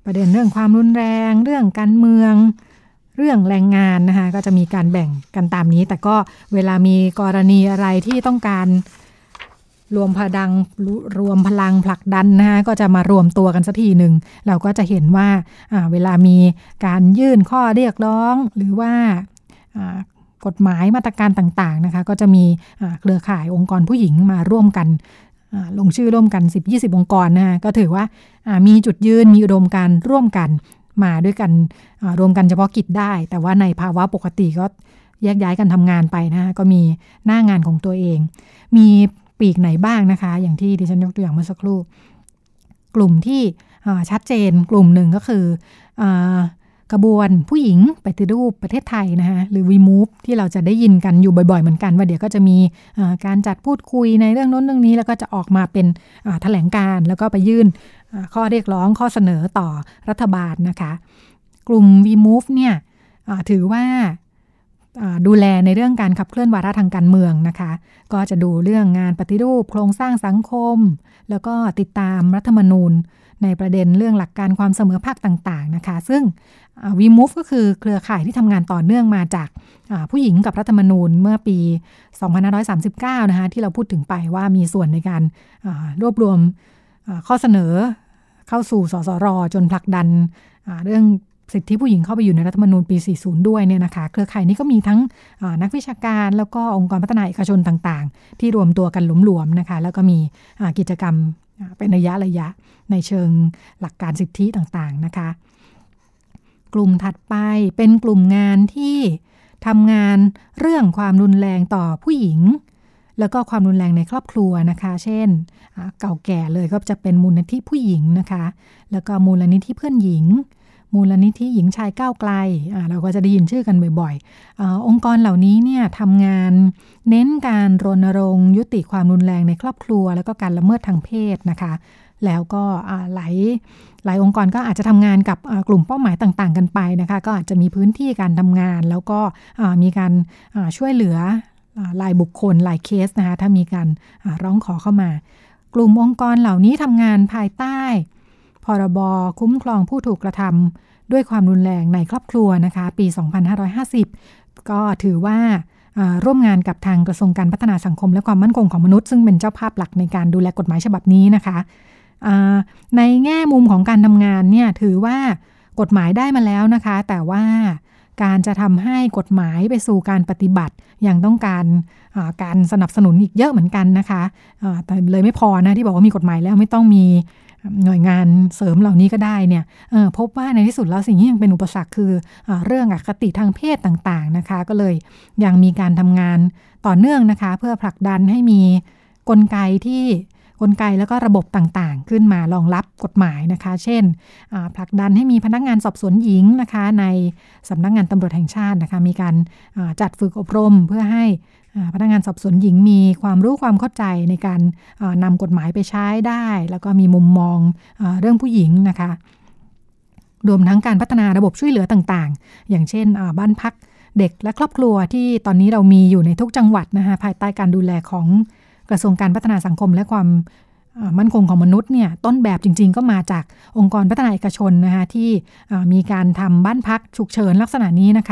ประเด็นเรื่องความรุนแรงเรื่องการเมืองเรื่องแรงงานนะคะก็จะมีการแบ่งกันตามนี้แต่ก็เวลามีกรณีอะไรที่ต้องการรวมพลังผลักดันนะคะก็จะมารวมตัวกันสักทีหนึ่งเราก็จะเห็นว่าเวลามีการยื่นข้อเรียกร้องหรือว่ากฎหมายมาตรการต่างๆนะคะก็จะมีเครือข่ายองค์กรผู้หญิงมาร่วมกันลงชื่อร่วมกัน 10-20 องค์กรนะคะก็ถือว่ามีจุดยืนมีอุดมการณ์ร่วมกันมาด้วยกันรวมกันเฉพาะกิจได้แต่ว่าในภาวะปกติก็แยกย้ายกันทำงานไปนะคะก็มีหน้างานของตัวเองมีปีกไหนบ้างนะคะอย่างที่ดิฉันยกตัวอย่างเมื่อสักครู่กลุ่มที่ชัดเจนกลุ่มหนึ่งก็คือกระบวนผู้หญิงปฏิรูปประเทศไทยนะคะหรือ WeMove ที่เราจะได้ยินกันอยู่บ่อยๆเหมือนกันว่าเดี๋ยวก็จะมีการจัดพูดคุยในเรื่องโน้นเรื่องนี้แล้วก็จะออกมาเป็นแถลงการแล้วก็ไปยื่นข้อเรียกร้องข้อเสนอต่อรัฐบาลนะคะกลุ่ม WeMove เนี่ยถือว่าดูแลในเรื่องการขับเคลื่อนวาระทางการเมืองนะคะก็จะดูเรื่องงานปฏิรูปโครงสร้างสังคมแล้วก็ติดตามรัฐธรรมนูญในประเด็นเรื่องหลักการความเสมอภาคต่างๆนะคะซึ่งWeMove ก็คือเครือข่ายที่ทำงานต่อเนื่องมาจากผู้หญิงกับรัฐธรรมนูญเมื่อปี 2539 นะคะที่เราพูดถึงไปว่ามีส่วนในการรวบรวมข้อเสนอเข้าสู่สสร.จนผลักดันเรื่องสิทธิผู้หญิงเข้าไปอยู่ในรัฐธรรมนูญปี 40 ด้วยเนี่ยนะคะเครือข่ายนี้ก็มีทั้งนักวิชาการแล้วก็องค์กรพัฒนาเอกชนต่างๆที่รวมตัวกันหลวมๆนะคะแล้วก็มีกิจกรรมเป็นระยะในเชิงหลักการสิทธิต่างๆนะคะกลุ่มถัดไปเป็นกลุ่มงานที่ทำงานเรื่องความรุนแรงต่อผู้หญิงแล้วก็ความรุนแรงในครอบครัวนะคะเช่นเก่าแก่เลยก็จะเป็นมูลนิธิผู้หญิงนะคะแล้วก็มูลนิธิเพื่อนหญิงมูลนิธิหญิงชายก้าวไกลเราก็จะได้ยินชื่อกันบ่อยๆองค์กรเหล่านี้เนี่ยทำงานเน้นการรณรงค์ยุติความรุนแรงในครอบครัวแล้วก็การละเมิดทางเพศนะคะแล้วก็หลายองค์กรก็อาจจะทำงานกับกลุ่มเป้าหมายต่างๆกันไปนะคะก็อาจจะมีพื้นที่การทำงานแล้วก็มีการช่วยเหลือรายบุคคลรายเคสนะคะถ้ามีการร้องขอเข้ามากลุ่มองค์กรเหล่านี้ทำงานภายใต้พรบคุ้มครองผู้ถูกกระทำด้วยความรุนแรงในครอบครัวนะคะปี 2550 ก็ถือว่าร่วมงานกับทางกระทรวงการพัฒนาสังคมและความมั่นคงของมนุษย์ซึ่งเป็นเจ้าภาพหลักในการดูแลกฎหมายฉบับนี้นะคะในแง่มุมของการทำงานเนี่ยถือว่ากฎหมายได้มาแล้วนะคะแต่ว่าการจะทำให้กฎหมายไปสู่การปฏิบัติยังต้องการสนับสนุนอีกเยอะเหมือนกันนะคะแต่เลยไม่พอนะที่บอกว่ามีกฎหมายแล้วไม่ต้องมีหน่วยงานเสริมเหล่านี้ก็ได้เนี่ยพบว่าในที่สุดแล้วสิ่งที่ยังเป็นอุปสรรคคือเรื่องอคติทางเพศต่างๆนะคะก็เลยยังมีการทำงานต่อเนื่องนะคะเพื่อผลักดันให้มีกลไกแล้วก็ระบบต่างๆขึ้นมารองรับกฎหมายนะคะเช่นผลักดันให้มีพนักงานสอบสวนหญิงนะคะในสำนักงานตำรวจแห่งชาตินะคะมีการจัดฝึกอบรมเพื่อให้พนักงานสอบสวนหญิงมีความรู้ความเข้าใจในการนำกฎหมายไปใช้ได้แล้วก็มีมุมมองเรื่องผู้หญิงนะคะรวมทั้งการพัฒนาระบบช่วยเหลือต่างๆอย่างเช่นบ้านพักเด็กและครอบครัวที่ตอนนี้เรามีอยู่ในทุกจังหวัดนะคะภายใต้การดูแลของกระทรวงการพัฒนาสังคมและความมั่นคงของมนุษย์เนี่ยต้นแบบจริงๆก็มาจากองค์กรพัฒนาเอกชนนะคะที่มีการทำบ้านพักฉุกเฉินลักษณะนี้นะคะ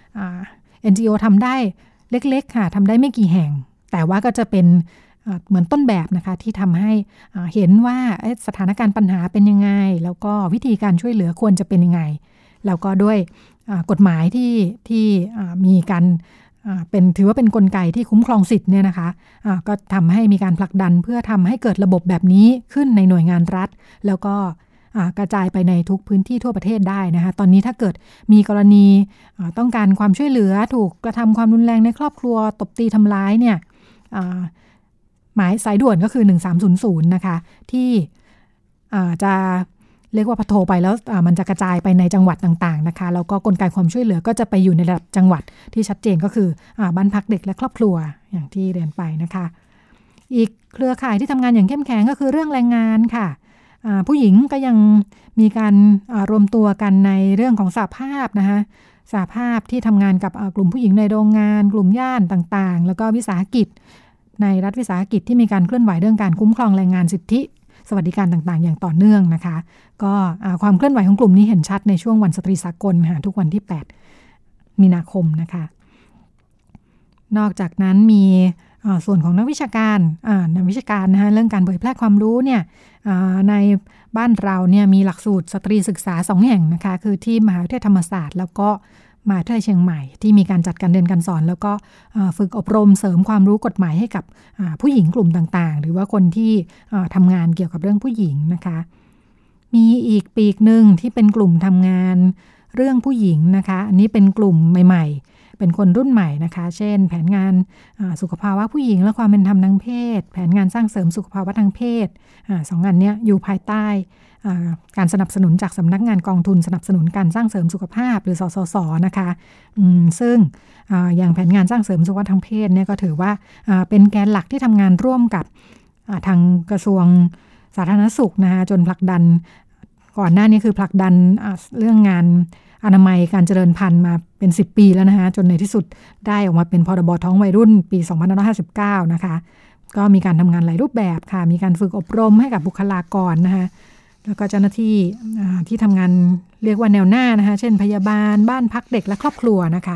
NGO ทำได้เล็กๆค่ะทำได้ไม่กี่แห่งแต่ว่าก็จะเป็นเหมือนต้นแบบนะคะที่ทำให้เห็นว่าสถานการณ์ปัญหาเป็นยังไงแล้วก็วิธีการช่วยเหลือควรจะเป็นยังไงแล้วก็ด้วยกฎหมายที่มีการถือว่าเป็นกลไกที่คุ้มครองสิทธิ์เนี่ยนะคะก็ทำให้มีการผลักดันเพื่อทำให้เกิดระบบแบบนี้ขึ้นในหน่วยงานรัฐแล้วก็กระจายไปในทุกพื้นที่ทั่วประเทศได้นะคะตอนนี้ถ้าเกิดมีกรณีต้องการความช่วยเหลือถูกกระทำความรุนแรงในครอบครัวตบตีทำร้ายเนี่ยหมายสายด่วนก็คือ1300นะคะที่จะเรียกว่าพอโทรไปแล้วมันจะกระจายไปในจังหวัดต่างๆนะคะแล้วก็กลไกความช่วยเหลือก็จะไปอยู่ในระดับจังหวัดที่ชัดเจนก็คือบ้านพักเด็กและครอบครัวอย่างที่เรียนไปนะคะอีกเครือข่ายที่ทำงานอย่างเข้มแข็งก็คือเรื่องแรงงานค่ะผู้หญิงก็ยังมีการรวมตัวกันในเรื่องของสหภาพนะคะสหภาพที่ทำงานกับกลุ่มผู้หญิงในโรงงานกลุ่มย่านต่างๆแล้วก็วิสาหกิจในรัฐวิสาหกิจที่มีการเคลื่อนไหวเรื่องการคุ้มครองแรงงานสิทธิสวัสดิการต่างๆอย่างต่อเนื่องนะคะก็ความเคลื่อนไหวของกลุ่มนี้เห็นชัดในช่วงวันสตรีสากลค่ะทุกวันที่8มีนาคมนะคะนอกจากนั้นมีส่วนของนักวิชาการนะคะเรื่องการเผยแพร่ความรู้เนี่ยในบ้านเราเนี่ยมีหลักสูตรสตรีศึกษา2แห่งนะคะคือที่มหาวิทยาลัยธรรมศาสตร์แล้วก็มหาวิทยาลัยเชียงใหม่ที่มีการจัดการเรียนการสอนแล้วก็ฝึกอบรมเสริมความรู้กฎหมายให้กับผู้หญิงกลุ่มต่างๆหรือว่าคนที่ทำงานเกี่ยวกับเรื่องผู้หญิงนะคะมีอีกปีกหนึ่งที่เป็นกลุ่มทำงานเรื่องผู้หญิงนะคะอันนี้เป็นกลุ่มใหม่ๆเป็นคนรุ่นใหม่นะคะเช่นแผนงานสุขภาวะผู้หญิงและความเป็นธรรมทางเพศแผนงานสร้างเสริมสุขภาวะทางเพศสองอันนี้อยู่ภายใต้การสนับสนุนจากสำนักงานกองทุนสนับสนุนการสร้างเสริมสุขภาพหรือสสส.นะคะซึ่งอย่างแผนงานสร้างเสริมสุขภาพทางเพศเนี่ยก็ถือว่าเป็นแกนหลักที่ทำงานร่วมกับทางกระทรวงสาธารณสุขนะคะจนผลักดันก่อนหน้านี้คือผลักดันเรื่องงานอนามัยการเจริญพันธุ์มาเป็น10ปีแล้วนะคะจนในที่สุดได้ออกมาเป็นพรบท้องวัยรุ่นปี2559นะคะก็มีการทำงานหลายรูปแบบค่ะมีการฝึกอบรมให้กับบุคลากรนะคะแล้วก็เจ้าหน้าที่ที่ทำงานเรียกว่าแนวหน้านะคะเช่นพยาบาลบ้านพักเด็กและครอบครัวนะคะ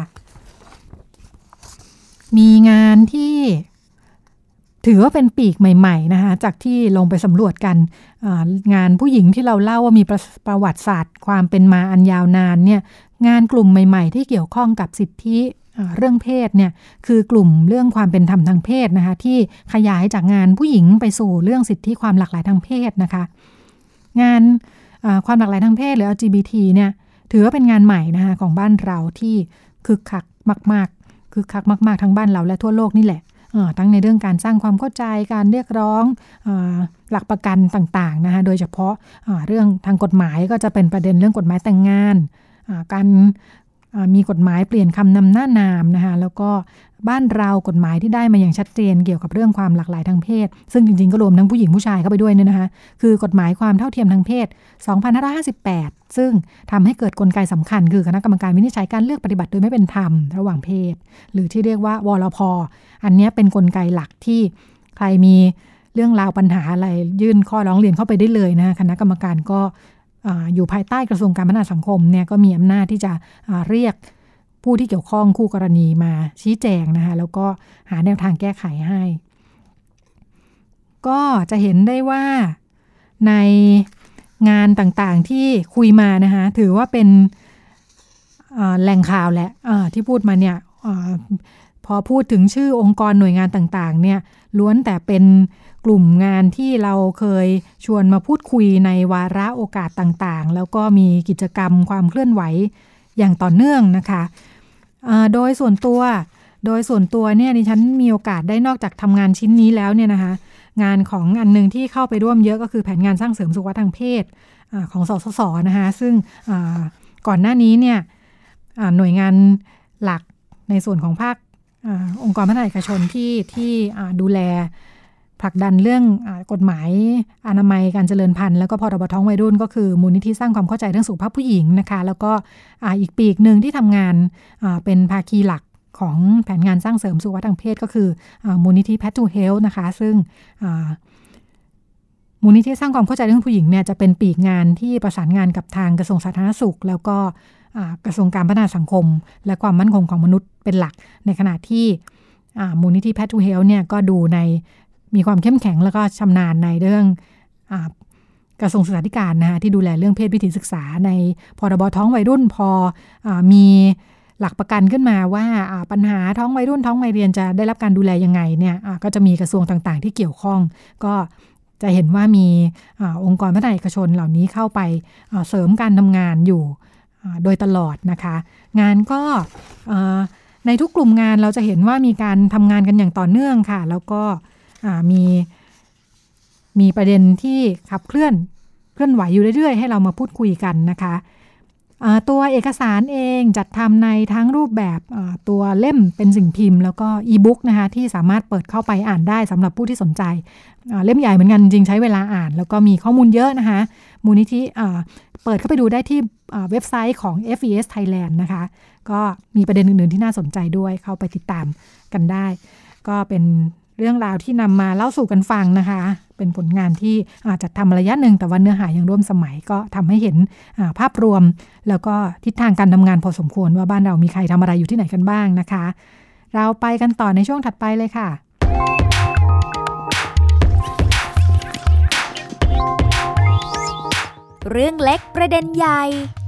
มีงานที่ถือว่าเป็นปีกใหม่ๆนะคะจากที่ลงไปสำรวจกันงานผู้หญิงที่เราเล่าว่ามีประวัติศาสตร์ความเป็นมาอันยาวนานเนี่ยงานกลุ่มใหม่ๆที่เกี่ยวข้องกับสิทธิเรื่องเพศเนี่ยคือกลุ่มเรื่องความเป็นธรรมทางเพศนะคะที่ขยายจากงานผู้หญิงไปสู่เรื่องสิทธิความหลากหลายทางเพศนะคะงานความหลากหลายทางเพศหรือ LGBT เนี่ยถือว่าเป็นงานใหม่นะคะของบ้านเราที่คึกคักมากๆคึกคักมากๆทั้งบ้านเราและทั่วโลกนี่แหละทั้งในเรื่องการสร้างความเข้าใจการเรียกร้องหลักประกันต่างๆนะคะโดยเฉพาะเรื่องทางกฎหมายก็จะเป็นประเด็นเรื่องกฎหมายแต่งงานการมีกฎหมายเปลี่ยนคำนำหน้านามนะคะแล้วก็บ้านเรากฎหมายที่ได้มาอย่างชัดเจนเกี่ยวกับเรื่องความหลากหลายทางเพศซึ่งจริงๆก็รวมทั้งผู้หญิงผู้ชายเข้าไปด้วยเนี่ยนะคะคือกฎหมายความเท่าเทียมทางเพศ2558ซึ่งทำให้เกิดกลไกสำคัญคือคณะกรรมการวินิจฉัยการเลือกปฏิบัติโดยไม่เป็นธรรมระหว่างเพศหรือที่เรียกว่าวลพ.อันนี้เป็นกลไกหลักที่ใครมีเรื่องราวปัญหาอะไรยื่นข้อร้องเรียนเข้าไปได้เลยนะคณะกรรมการก็อยู่ภายใต้กระทรวงการพัฒนาสังคมเนี่ยก็มีอำนาจที่จะเรียกผู้ที่เกี่ยวข้องคู่กรณีมาชี้แจงนะคะแล้วก็หาแนวทางแก้ไขให้ก็จะเห็นได้ว่าในงานต่างๆที่คุยมานะคะถือว่าเป็นแหล่งข่าวแหละที่พูดมาเนี่ยพอพูดถึงชื่อองค์กรหน่วยงานต่างๆเนี่ยล้วนแต่เป็นกลุ่มงานที่เราเคยชวนมาพูดคุยในวาระโอกาสต่างๆแล้วก็มีกิจกรรมความเคลื่อนไหวอย่างต่อเนื่องนะคะโดยส่วนตัวเนี่ยดิฉันมีโอกาสได้นอกจากทำงานชิ้นนี้แล้วเนี่ยนะคะงานของอันนึงที่เข้าไปร่วมเยอะก็คือแผนงานสร้างเสริมสุขภาพทางเพศของสสส.นะคะซึ่งก่อนหน้านี้เนี่ยหน่วยงานหลักในส่วนของภาคองค์กรพัฒนาเอกชนที่ดูแลผลักดันเรื่องกฎหมายอนามัยการเจริญพันธุ์แล้วก็พรบท้องวัยรุ่นก็คือมูลนิธิสร้างความเข้าใจเรื่องสุขภาพผู้หญิงนะคะแล้วก็อีกปีกหนึ่งที่ทำงานเป็นภาคีหลักของแผนงานสร้างเสริมสุขภาพทางเพศก็คือมูลนิธิ Path to Health นะคะซึ่งมูลนิธิสร้างความเข้าใจเรื่องผู้หญิงเนี่ยจะเป็นปีกงานที่ประสานงานกับทางกระทรวงสาธารณสุขแล้วก็กระทรวงการพัฒนาสังคมและความมั่นคงของมนุษย์เป็นหลักในขณะที่มูลนิธิ Path to Health เนี่ยก็ดูในมีความเข้มแข็งแล้วก็ชำนาญในเรื่องกระทรวงศึกษาธิการนะคะที่ดูแลเรื่องเพศวิถีศึกษาในพรบท้องวัยรุ่นพอมีหลักประกันขึ้นมาว่าปัญหาท้องวัยรุ่นท้องวัยเรียนจะได้รับการดูแลยังไงเนี่ยก็จะมีกระทรวงต่างๆที่เกี่ยวข้องก็จะเห็นว่ามีองค์กรพัฒนาเอกชนเหล่านี้เข้าไปเสริมการทำงานอยู่โดยตลอดนะคะงานก็ในทุกกลุ่มงานเราจะเห็นว่ามีการทำงานกันอย่างต่อเนื่องค่ะแล้วก็มีประเด็นที่ขับเคลื่อนไหวอยู่เรื่อยๆให้เรามาพูดคุยกันนะคะตัวเอกสารเองจัดทำในทั้งรูปแบบตัวเล่มเป็นสิ่งพิมพ์แล้วก็อีบุ๊กนะคะที่สามารถเปิดเข้าไปอ่านได้สำหรับผู้ที่สนใจเล่มใหญ่เหมือนกันจริงใช้เวลาอ่านแล้วก็มีข้อมูลเยอะนะคะมูลนิธิเปิดเข้าไปดูได้ที่เว็บไซต์ของ FES Thailand นะคะก็มีประเด็นอื่นๆที่น่าสนใจด้วยเข้าไปติดตามกันได้ก็เป็นเรื่องราวที่นำมาเล่าสู่กันฟังนะคะเป็นเป็นผลงานที่อาจจะทำระยะหนึ่งแต่ว่าเนื้อหายังร่วมสมัยก็ทำให้เห็นภาพรวมแล้วก็ทิศทางการทำงานพอสมควรว่าบ้านเรามีใครทำอะไรอยู่ที่ไหนกันบ้างนะคะเราไปกันต่อในช่วงถัดไปเลยค่ะเรื่องเล็กประเด็นใหญ่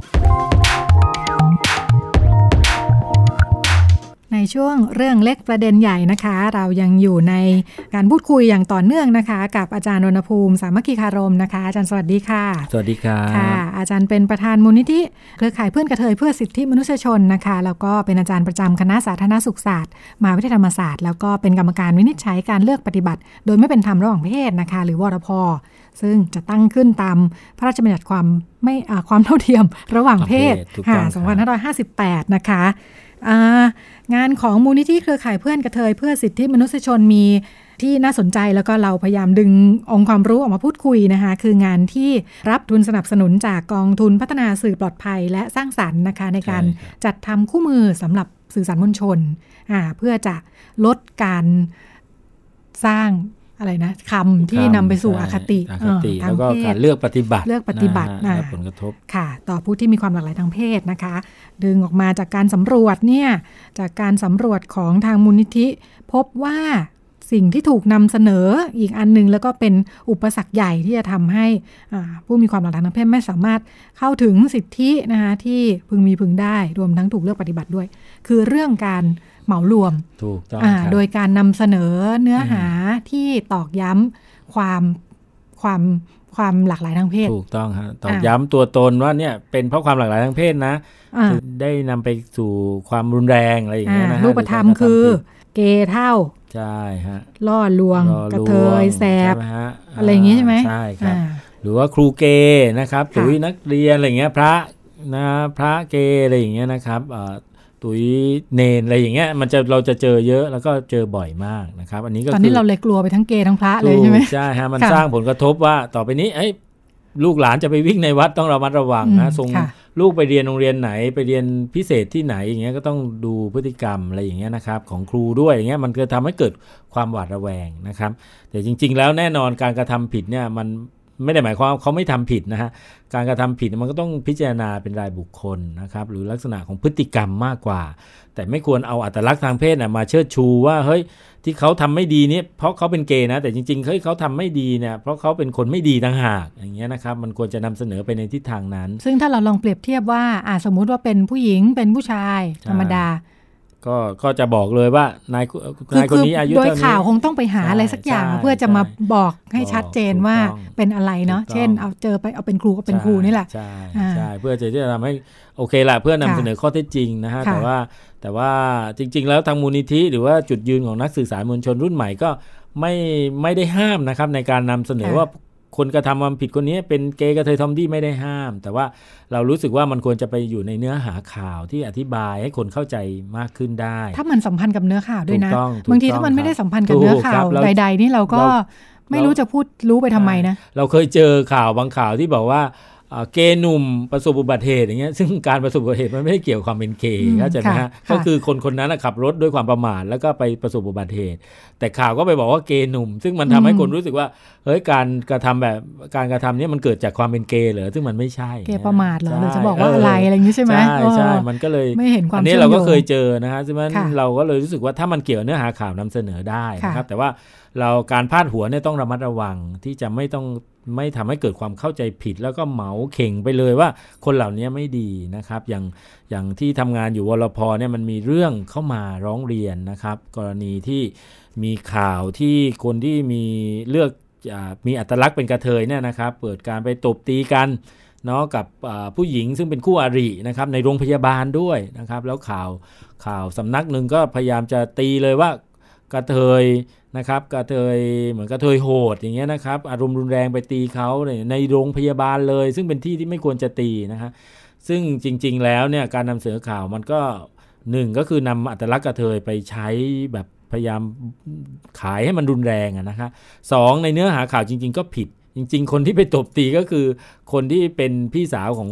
ในช่วงเรื่องเล็กประเด็นใหญ่นะคะเรายังอยู่ในการพูดคุยอย่างต่อเนื่องนะคะกับอาจารย์รณภูมิสามัคคีคารมนะคะอาจารย์สวัสดีค่ะสวัสดีครับค่ะอาจารย์เป็นประธานมูลนิธิเครือข่ายเพื่อนกระเทยเพื่อสิทธิมนุษยชนนะคะแล้วก็เป็นอาจารย์ประจำคณะสาธารณสุขศาสตร์มหาวิทยาลัยธรรมศาสตร์แล้วก็เป็นกรรมการวินิจฉัยการเลือกปฏิบัติโดยไม่เป็นธรรมระหว่างเพศนะคะหรือวรพ.ซึ่งจะตั้งขึ้นตามพระราชบัญญัติความเท่าเทียมระหว่างเพศ2558นะคะงานของมูลนิธิเครือข่ายเพื่อนกระเทยเพื่อสิทธิมนุษยชนมีที่น่าสนใจแล้วก็เราพยายามดึงองค์ความรู้ออกมาพูดคุยนะคะคืองานที่รับทุนสนับสนุนจากกองทุนพัฒนาสื่อปลอดภัยและสร้างสรรค์นะคะในการจัดทำคู่มือสำหรับสื่อสารมวลชนเพื่อจะลดการสร้างอะไรนะคำที่นำไปสู่อคติแล้วก็การเลือกปฏิบัติผลกระทบค่ะต่อผู้ที่มีความหลากหลายทางเพศนะคะดึงออกมาจากการสำรวจเนี่ยจากการสำรวจของทางมูลนิธิพบว่าสิ่งที่ถูกนำเสนออีกอันนึงแล้วก็เป็นอุปสรรคใหญ่ที่จะทำให้ผู้มีความหลากหลายทางเพศไม่สามารถเข้าถึงสิทธินะคะที่พึงมีพึงได้รวมทั้งถูกเลือกปฏิบัติด้วยคือเรื่องการเหมารวมถูกต้องโดยการนำเสนอเนื้อหาที่ตอกย้ำความหลากหลายทางเพศถูกต้องฮะตอกย้ำตัวตนว่าเนี่ยเป็นเพราะความหลากหลายทางเพศนะได้นำไปสู่ความรุนแรงอะไรอย่างเงี้ยนะรูปธรรมคือเกย์เท่าใช่ฮะล่อลวงกระเทยแสบอะไรอย่างงี้ใช่ไหมใช่ครับหรือว่าครูเกย์นะครับตุ๋ยนักเรียนอะไรอย่างเงี้ยพระเกย์อะไรอย่างเงี้ยนะครับตุ๋ยเนนอะไรอย่างเงี้ยเราจะเจอเยอะแล้วก็เจอบ่อยมากนะครับอันนี้ก็ตอนนี้เราเลยกลัวไปทั้งเกย์ทั้งพระเลยใช่ไหมใช่ฮะมันสร้างผลกระทบว่าต่อไปนี้ลูกหลานจะไปวิ่งในวัดต้องระมัดระวังนะส่งลูกไปเรียนโรงเรียนไหนไปเรียนพิเศษที่ไหนอย่างเงี้ยก็ต้องดูพฤติกรรมอะไรอย่างเงี้ยนะครับของครูด้วยอย่างเงี้ยมันจะทำให้เกิดความหวาดระแวงนะครับแต่จริงๆแล้วแน่นอนการกระทำผิดเนี่ยมันไม่ได้หมายความเขาไม่ทำผิดนะฮะการกระทำผิดมันก็ต้องพิจารณาเป็นรายบุคคลนะครับหรือลักษณะของพฤติกรรมมากกว่าแต่ไม่ควรเอาอัตลักษณ์ทางเพศมาเชิดชูว่าเฮ้ยที่เขาทำไม่ดีนี่เพราะเขาเป็นเกย์นะแต่จริงๆเขาทำไม่ดีเนี่ยเพราะเขาเป็นคนไม่ดีต่างหากอย่างเงี้ยนะครับมันควรจะนำเสนอไปในทิศทางนั้นซึ่งถ้าเราลองเปรียบเทียบว่าสมมุติว่าเป็นผู้หญิงเป็นผู้ชายธรรมดาก็จะบอกเลยว่านายคนนี้อายุเท่านี้โดยข่าวคงต้องไปหาอะไรสักอย่างเพื่อจะมาบอกให้ชัดเจนว่าเป็นอะไรเนาะเช่นเอาเจอไปเอาเป็นครูก็เป็นครูนี่แหละใช่เพื่อจะทำให้โอเคละเพื่อนำเสนอข้อเท็จจริงนะฮะแต่ว่าจริงๆแล้วทางมูลนิธิหรือว่าจุดยืนของนักสื่อสารมวลชนรุ่นใหม่ก็ไม่ได้ห้ามนะครับในการนำเสนอว่าคนกระทำความผิดคนนี้เป็นเกย์กระเทยทอมดี้ไม่ได้ห้ามแต่ว่าเรารู้สึกว่ามันควรจะไปอยู่ในเนื้อหาข่าวที่อธิบายให้คนเข้าใจมากขึ้นได้ถ้ามันสัมพันธ์กับเนื้อข่าวด้วยนะบางทีถ้ามันไม่ได้สัมพันธ์กับเนื้อข่าวใดๆนี่เราก็ไม่รู้จะพูดรู้ไปทำไมนะเราเคยเจอข่าวบางข่าวที่บอกว่าเกย์หนุ่มประสบอุบัติเหตุอย่างเงี้ยซึ่งการประสบอุบัติเหตุมันไม่ได้เกี่ยวกับความเป็นเกย์เข้าใจไหมฮะก็คือคนนั้นขับรถด้วยความประมาทแล้วก็ไปประสบอุบัติเหตุแต่ข่าวก็ไปบอกว่าเกย์หนุ่มซึ่งมันทำให้คนรู้สึกว่าเฮ้ยการกระทำนี้มันเกิดจากความเป็นเกย์เหรอซึ่งมันไม่ใช่เกย์ประมาทเหรอเราจะบอกว่าอะไรอย่างนี้ใช่ไหมใช่มันก็เลยไม่เห็นความอันนี้เราก็เคยเจอนะฮะฉะนั้นเราก็เลยรู้สึกว่าถ้ามันเกี่ยวเนื้อหาข่าวนำเสนอได้นะครับแต่ว่าการพาดหัวเนี่ยต้องระมัดระวังที่จะไม่ทำให้เกิดความเข้าใจผิดแล้วก็เหมาเข่งไปเลยว่าคนเหล่านี้ไม่ดีนะครับอย่างที่ทำงานอยู่วรพ.เนี่ยมันมีเรื่องเข้ามาร้องเรียนนะครับกรณีที่มีข่าวที่คนที่มีอัตลักษณ์เป็นกระเทยเนี่ยนะครับเปิดการไปตบตีกันเนาะกับผู้หญิงซึ่งเป็นคู่อรินะครับในโรงพยาบาลด้วยนะครับแล้วข่าวสำนักหนึ่งก็พยายามจะตีเลยว่ากระเทยนะครับกระเทยเหมือนกระเทยโหดอย่างเงี้ยนะครับอารมณ์รุนแรงไปตีเขาในโรงพยาบาลเลยซึ่งเป็นที่ที่ไม่ควรจะตีนะฮะซึ่งจริงๆแล้วเนี่ยการนำเสนอข่าวมันก็1ก็คือนำอัตลักษณ์กระเทยไปใช้แบบพยายามขายให้มันรุนแรงนะครับ2ในเนื้อหาข่าวจริงๆก็ผิดจริงๆคนที่ไปตบตีก็คือคนที่เป็นพี่สาว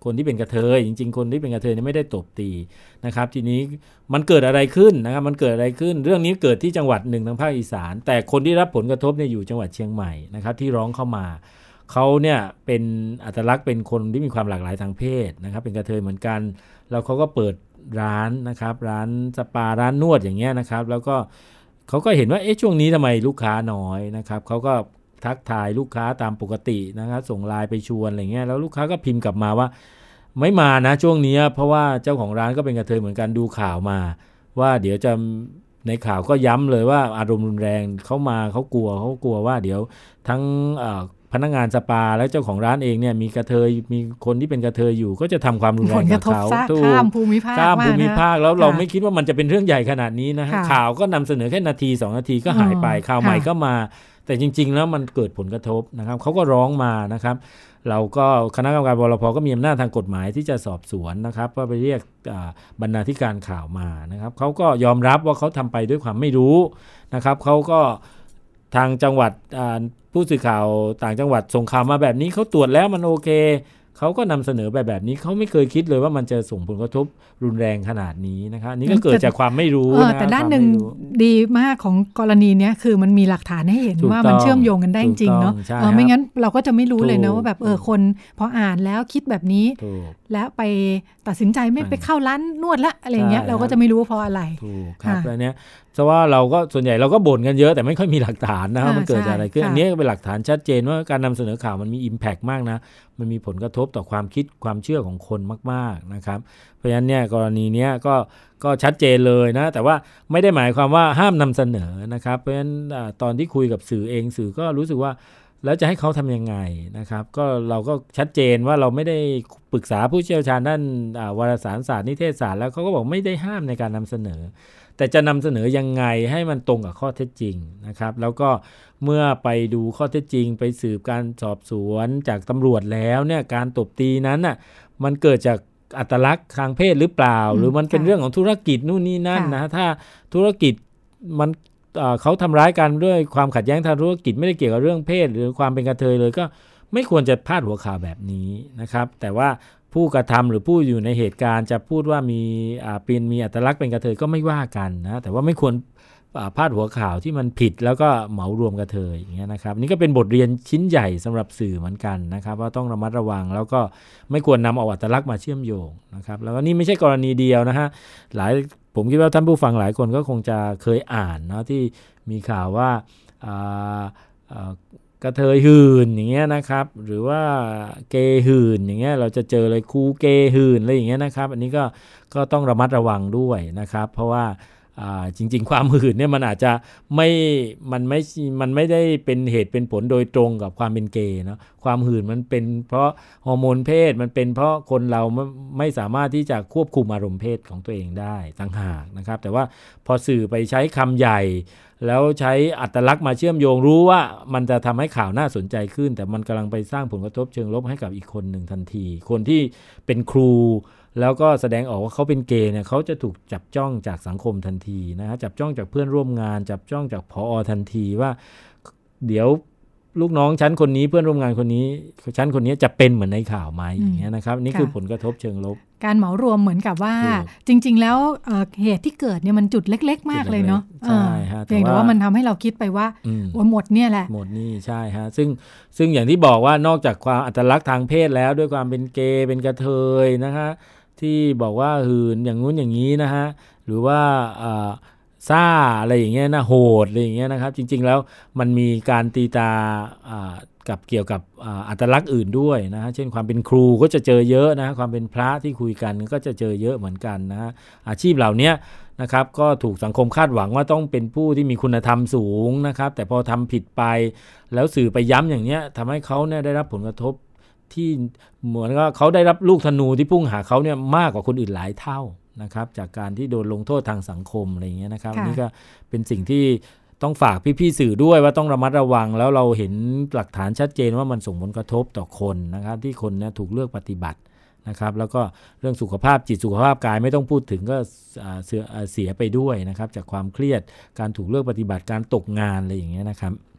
คนที่เป็นกระเทยจริงๆคนที่เป็นกระเทยเนี่ยไม่ได้ตบตีนะครับทีนี้มันเกิดอะไรขึ้นนะครับมันเกิดอะไรขึ้นเรื่องนี้เกิดที่จังหวัดหนึ่งทางภาคอีสานแต่คนที่รับผลกระทบเนี่ยอยู่จังหวัดเชียงใหม่นะครับที่ร้องเข้ามาเขาเนี่ยเป็นอัตลักษณ์เป็นคนที่มีความหลากหลายทางเพศนะครับเป็นกระเทยเหมือนกันแล้วเขาก็เปิดร้านนะครับร้านสปาร้านนวดอย่างเงี้ยนะครับแล้วก็เขาก็เห็นว่าช่วงนี้ทำไมลูกค้าน้อยนะครับเขาก็ทักทายลูกค้าตามปกตินะครับส่งไลน์ไปชวนอะไรเงี้ยแล้วลูกค้าก็พิมพ์กลับมาว่าไม่มานะช่วงนี้เพราะว่าเจ้าของร้านก็เป็นกระเทยเหมือนกันดูข่าวมาว่าเดี๋ยวจะในข่าวก็ย้ำเลยว่าอารมณ์รุนแรงเขามาเขากลัวว่าเดี๋ยวทั้งพนักงานสปาและเจ้าของร้านเองเนี่ยมีกระเทยมีคนที่เป็นกระเทยอยู่ก็จะทำความรุนแรงกับเขาข้ามภูมิภาคแล้วเราไม่คิดว่ามันจะเป็นเรื่องใหญ่ขนาดนี้นะข่าวก็นำเสนอแค่นาที2นาทีก็หายไปข่าวใหม่ก็มาแต่จริงๆแล้วมันเกิดผลกระทบนะครับเขาก็ร้องมานะครับเราก็คณะกรรมการบลพ.ก็มีอำนาจทางกฎหมายที่จะสอบสวนนะครับว่าไปเรียกบรรณาธิการข่าวมานะครับเขาก็ยอมรับว่าเขาทำไปด้วยความไม่รู้นะครับเขาก็ทางจังหวัดผู้สื่อข่าวต่างจังหวัดส่งข่าวมาแบบนี้เขาตรวจแล้วมันโอเคเขาก็นำเสนอแบบนี้เขาไม่เคยคิดเลยว่ามันจะส่งผลกระทบรุนแรงขนาดนี้นะครับนี่ก็เกิดจากความไม่รู้นะแต่ด้านหนึ่งดีมากของกรณีนี้คือมันมีหลักฐานให้เห็นว่ามันเชื่อมโยงกันได้จริงเนาะไม่งั้นเราก็จะไม่รู้เลยนะว่าแบบคนพออ่านแล้วคิดแบบนี้แล้วไปตัดสินใจไม่ไปเข้าร้านนวดละอะไรเงี้ยเราก็จะไม่รู้ว่าเพราะอะไรถูกครับแล้วเนี้ยเพราะว่าเราก็ส่วนใหญ่เราก็บ่นกันเยอะแต่ไม่ค่อยมีหลักฐานนะว่ามันเกิดจากอะไรขึ้นอันนี้เป็นหลักฐานชัดเจนว่าการนำเสนอข่าวมันมี impact มากนะมันมีผลกระทบต่อความคิดความเชื่อของคนมากๆนะครับเพราะฉะนั้นเนี่ยกรณีนี้ก็ชัดเจนเลยนะแต่ว่าไม่ได้หมายความว่าห้ามนำเสนอนะครับเพราะฉะนั้นตอนที่คุยกับสื่อเองสื่อก็รู้สึกว่าแล้วจะให้เขาทำยังไงนะครับก็เราก็ชัดเจนว่าเราไม่ได้ปรึกษาผู้เชี่ยวชาญด้านวารสารศาสตร์นิเทศศาสตร์แล้วเขาก็บอกไม่ได้ห้ามในการนำเสนอแต่จะนำเสนอยังไงให้มันตรงกับข้อเท็จจริงนะครับแล้วก็เมื่อไปดูข้อเท็จจริงไปสืบการสอบสวนจากตำรวจแล้วเนี่ยการตบตีนั้นน่ะมันเกิดจากอัตลักษณ์ทางเพศหรือเปล่าหรือมันเป็นเรื่องของธุรกิจนู่นนี่นั่นนะถ้าธุรกิจมันเขาทำร้ายกันด้วยความขัดแย้งทางธุรกิจไม่ได้เกี่ยวกับเรื่องเพศหรือความเป็นกระเทยเลยก็ไม่ควรจะพาดหัวข่าวแบบนี้นะครับแต่ว่าผู้กระทำหรือผู้อยู่ในเหตุการณ์จะพูดว่ามีอัตลักษณ์เป็นกระเทยก็ไม่ว่ากันนะแต่ว่าไม่ควรพาดหัวข่าวที่มันผิดแล้วก็เหมารวมกระเทยอย่างเงี้ยนะครับนี่ก็เป็นบทเรียนชิ้นใหญ่สำหรับสื่อเหมือนกันนะครับว่าต้องระมัดระวังแล้วก็ไม่ควรนำเอาอัตลักษณ์มาเชื่อมโยงนะครับแล้วก็นี่ไม่ใช่กรณีเดียวนะฮะผมคิดว่าท่านผู้ฟังหลายคนก็คงจะเคยอ่านนะที่มีข่าวว่ากระเทยหื่นอย่างเงี้ยนะครับหรือว่าเกย์หื่นอย่างเงี้ยเราจะเจอเลยครูเกย์หื่นอะไรอย่างเงี้ยนะครับอันนี้ก็ต้องระมัดระวังด้วยนะครับเพราะว่าจริงๆความหื่นเนี่ยมันอาจจะมันไม่ได้เป็นเหตุเป็นผลโดยตรงกับความเป็นเกย์เนาะความหื่นมันเป็นเพราะฮอร์โมนเพศมันเป็นเพราะคนเราไม่สามารถที่จะควบคุมอารมณ์เพศของตัวเองได้ต่างหากนะครับแต่ว่าพอสื่อไปใช้คำใหญ่แล้วใช้อัตลักษณ์มาเชื่อมโยงรู้ว่ามันจะทำให้ข่าวน่าสนใจขึ้นแต่มันกำลังไปสร้างผลกระทบเชิงลบให้กับอีกคนหนึ่งทันทีคนที่เป็นครูแล้วก็แสดงออกว่าเขาเป็นเกย์เนี่ยเขาจะถูกจับจ้องจากสังคมทันทีนะฮะจับจ้องจากเพื่อนร่วมงานจับจ้องจากผอ.ทันทีว่าเดี๋ยวลูกน้องชั้นคนนี้เพื่อนร่วมงานคนนี้ชั้นคนนี้จะเป็นเหมือนในข่าวไหมอย่างเงี้ยนะครับนี่คือผลกระทบเชิงลบการเหมารวมเหมือนกับว่าจริงๆแล้วเหตุที่เกิดเนี่ยมันจุดเล็กๆมากเลยเนาะใช่ฮะเพียงแต่ว่ามันทำให้เราคิดไปว่าหมดเนี่ยแหละหมดนี่ใช่ฮะซึ่งอย่างที่บอกว่านอกจากความอัตลักษณ์ทางเพศแล้วด้วยความเป็นเกย์เป็นกระเทยนะคะที่บอกว่าหื่นอย่างงู้นอย่างนี้นะฮะหรือว่าซ่าอะไรอย่างเงี้ยนะโหดอะไรอย่างเงี้ยนะครับจริงๆแล้วมันมีการตีตากับเกี่ยวกับอัตลักษณ์อื่นด้วยนะฮะเช่นความเป็นครูก็จะเจอเยอะนะความเป็นพระที่คุยกันก็จะเจอเยอะเหมือนกันนะฮะอาชีพเหล่านี้นะครับก็ถูกสังคมคาดหวังว่าต้องเป็นผู้ที่มีคุณธรรมสูงนะครับแต่พอทำผิดไปแล้วสื่อไปย้ำอย่างเนี้ยทำให้เขาเนี่ยได้รับผลกระทบที่เหมือนกับเขาได้รับลูกธนูที่พุ่งหาเขาเนี่ยมากกว่าคนอื่นหลายเท่านะครับจากการที่โดนลงโทษทางสังคมอะไรอย่างเงี้ยนะครับนี่ก็เป็นสิ่งที่ต้องฝากพี่ๆสื่อด้วยว่าต้องระมัดระวังแล้วเราเห็นหลักฐานชัดเจนว่ามันส่งผลกระทบต่อคนนะครับที่คนเนี่ยถูกเลือกปฏิบัตินะครับแล้วก็เรื่องสุขภาพจิตสุขภาพกายไม่ต้องพูดถึงก็เสียไปด้วยนะครับจากความเครียดการถูกเลือกปฏิบัติการตกงานอะไรอย่างเงี้ยนะครับ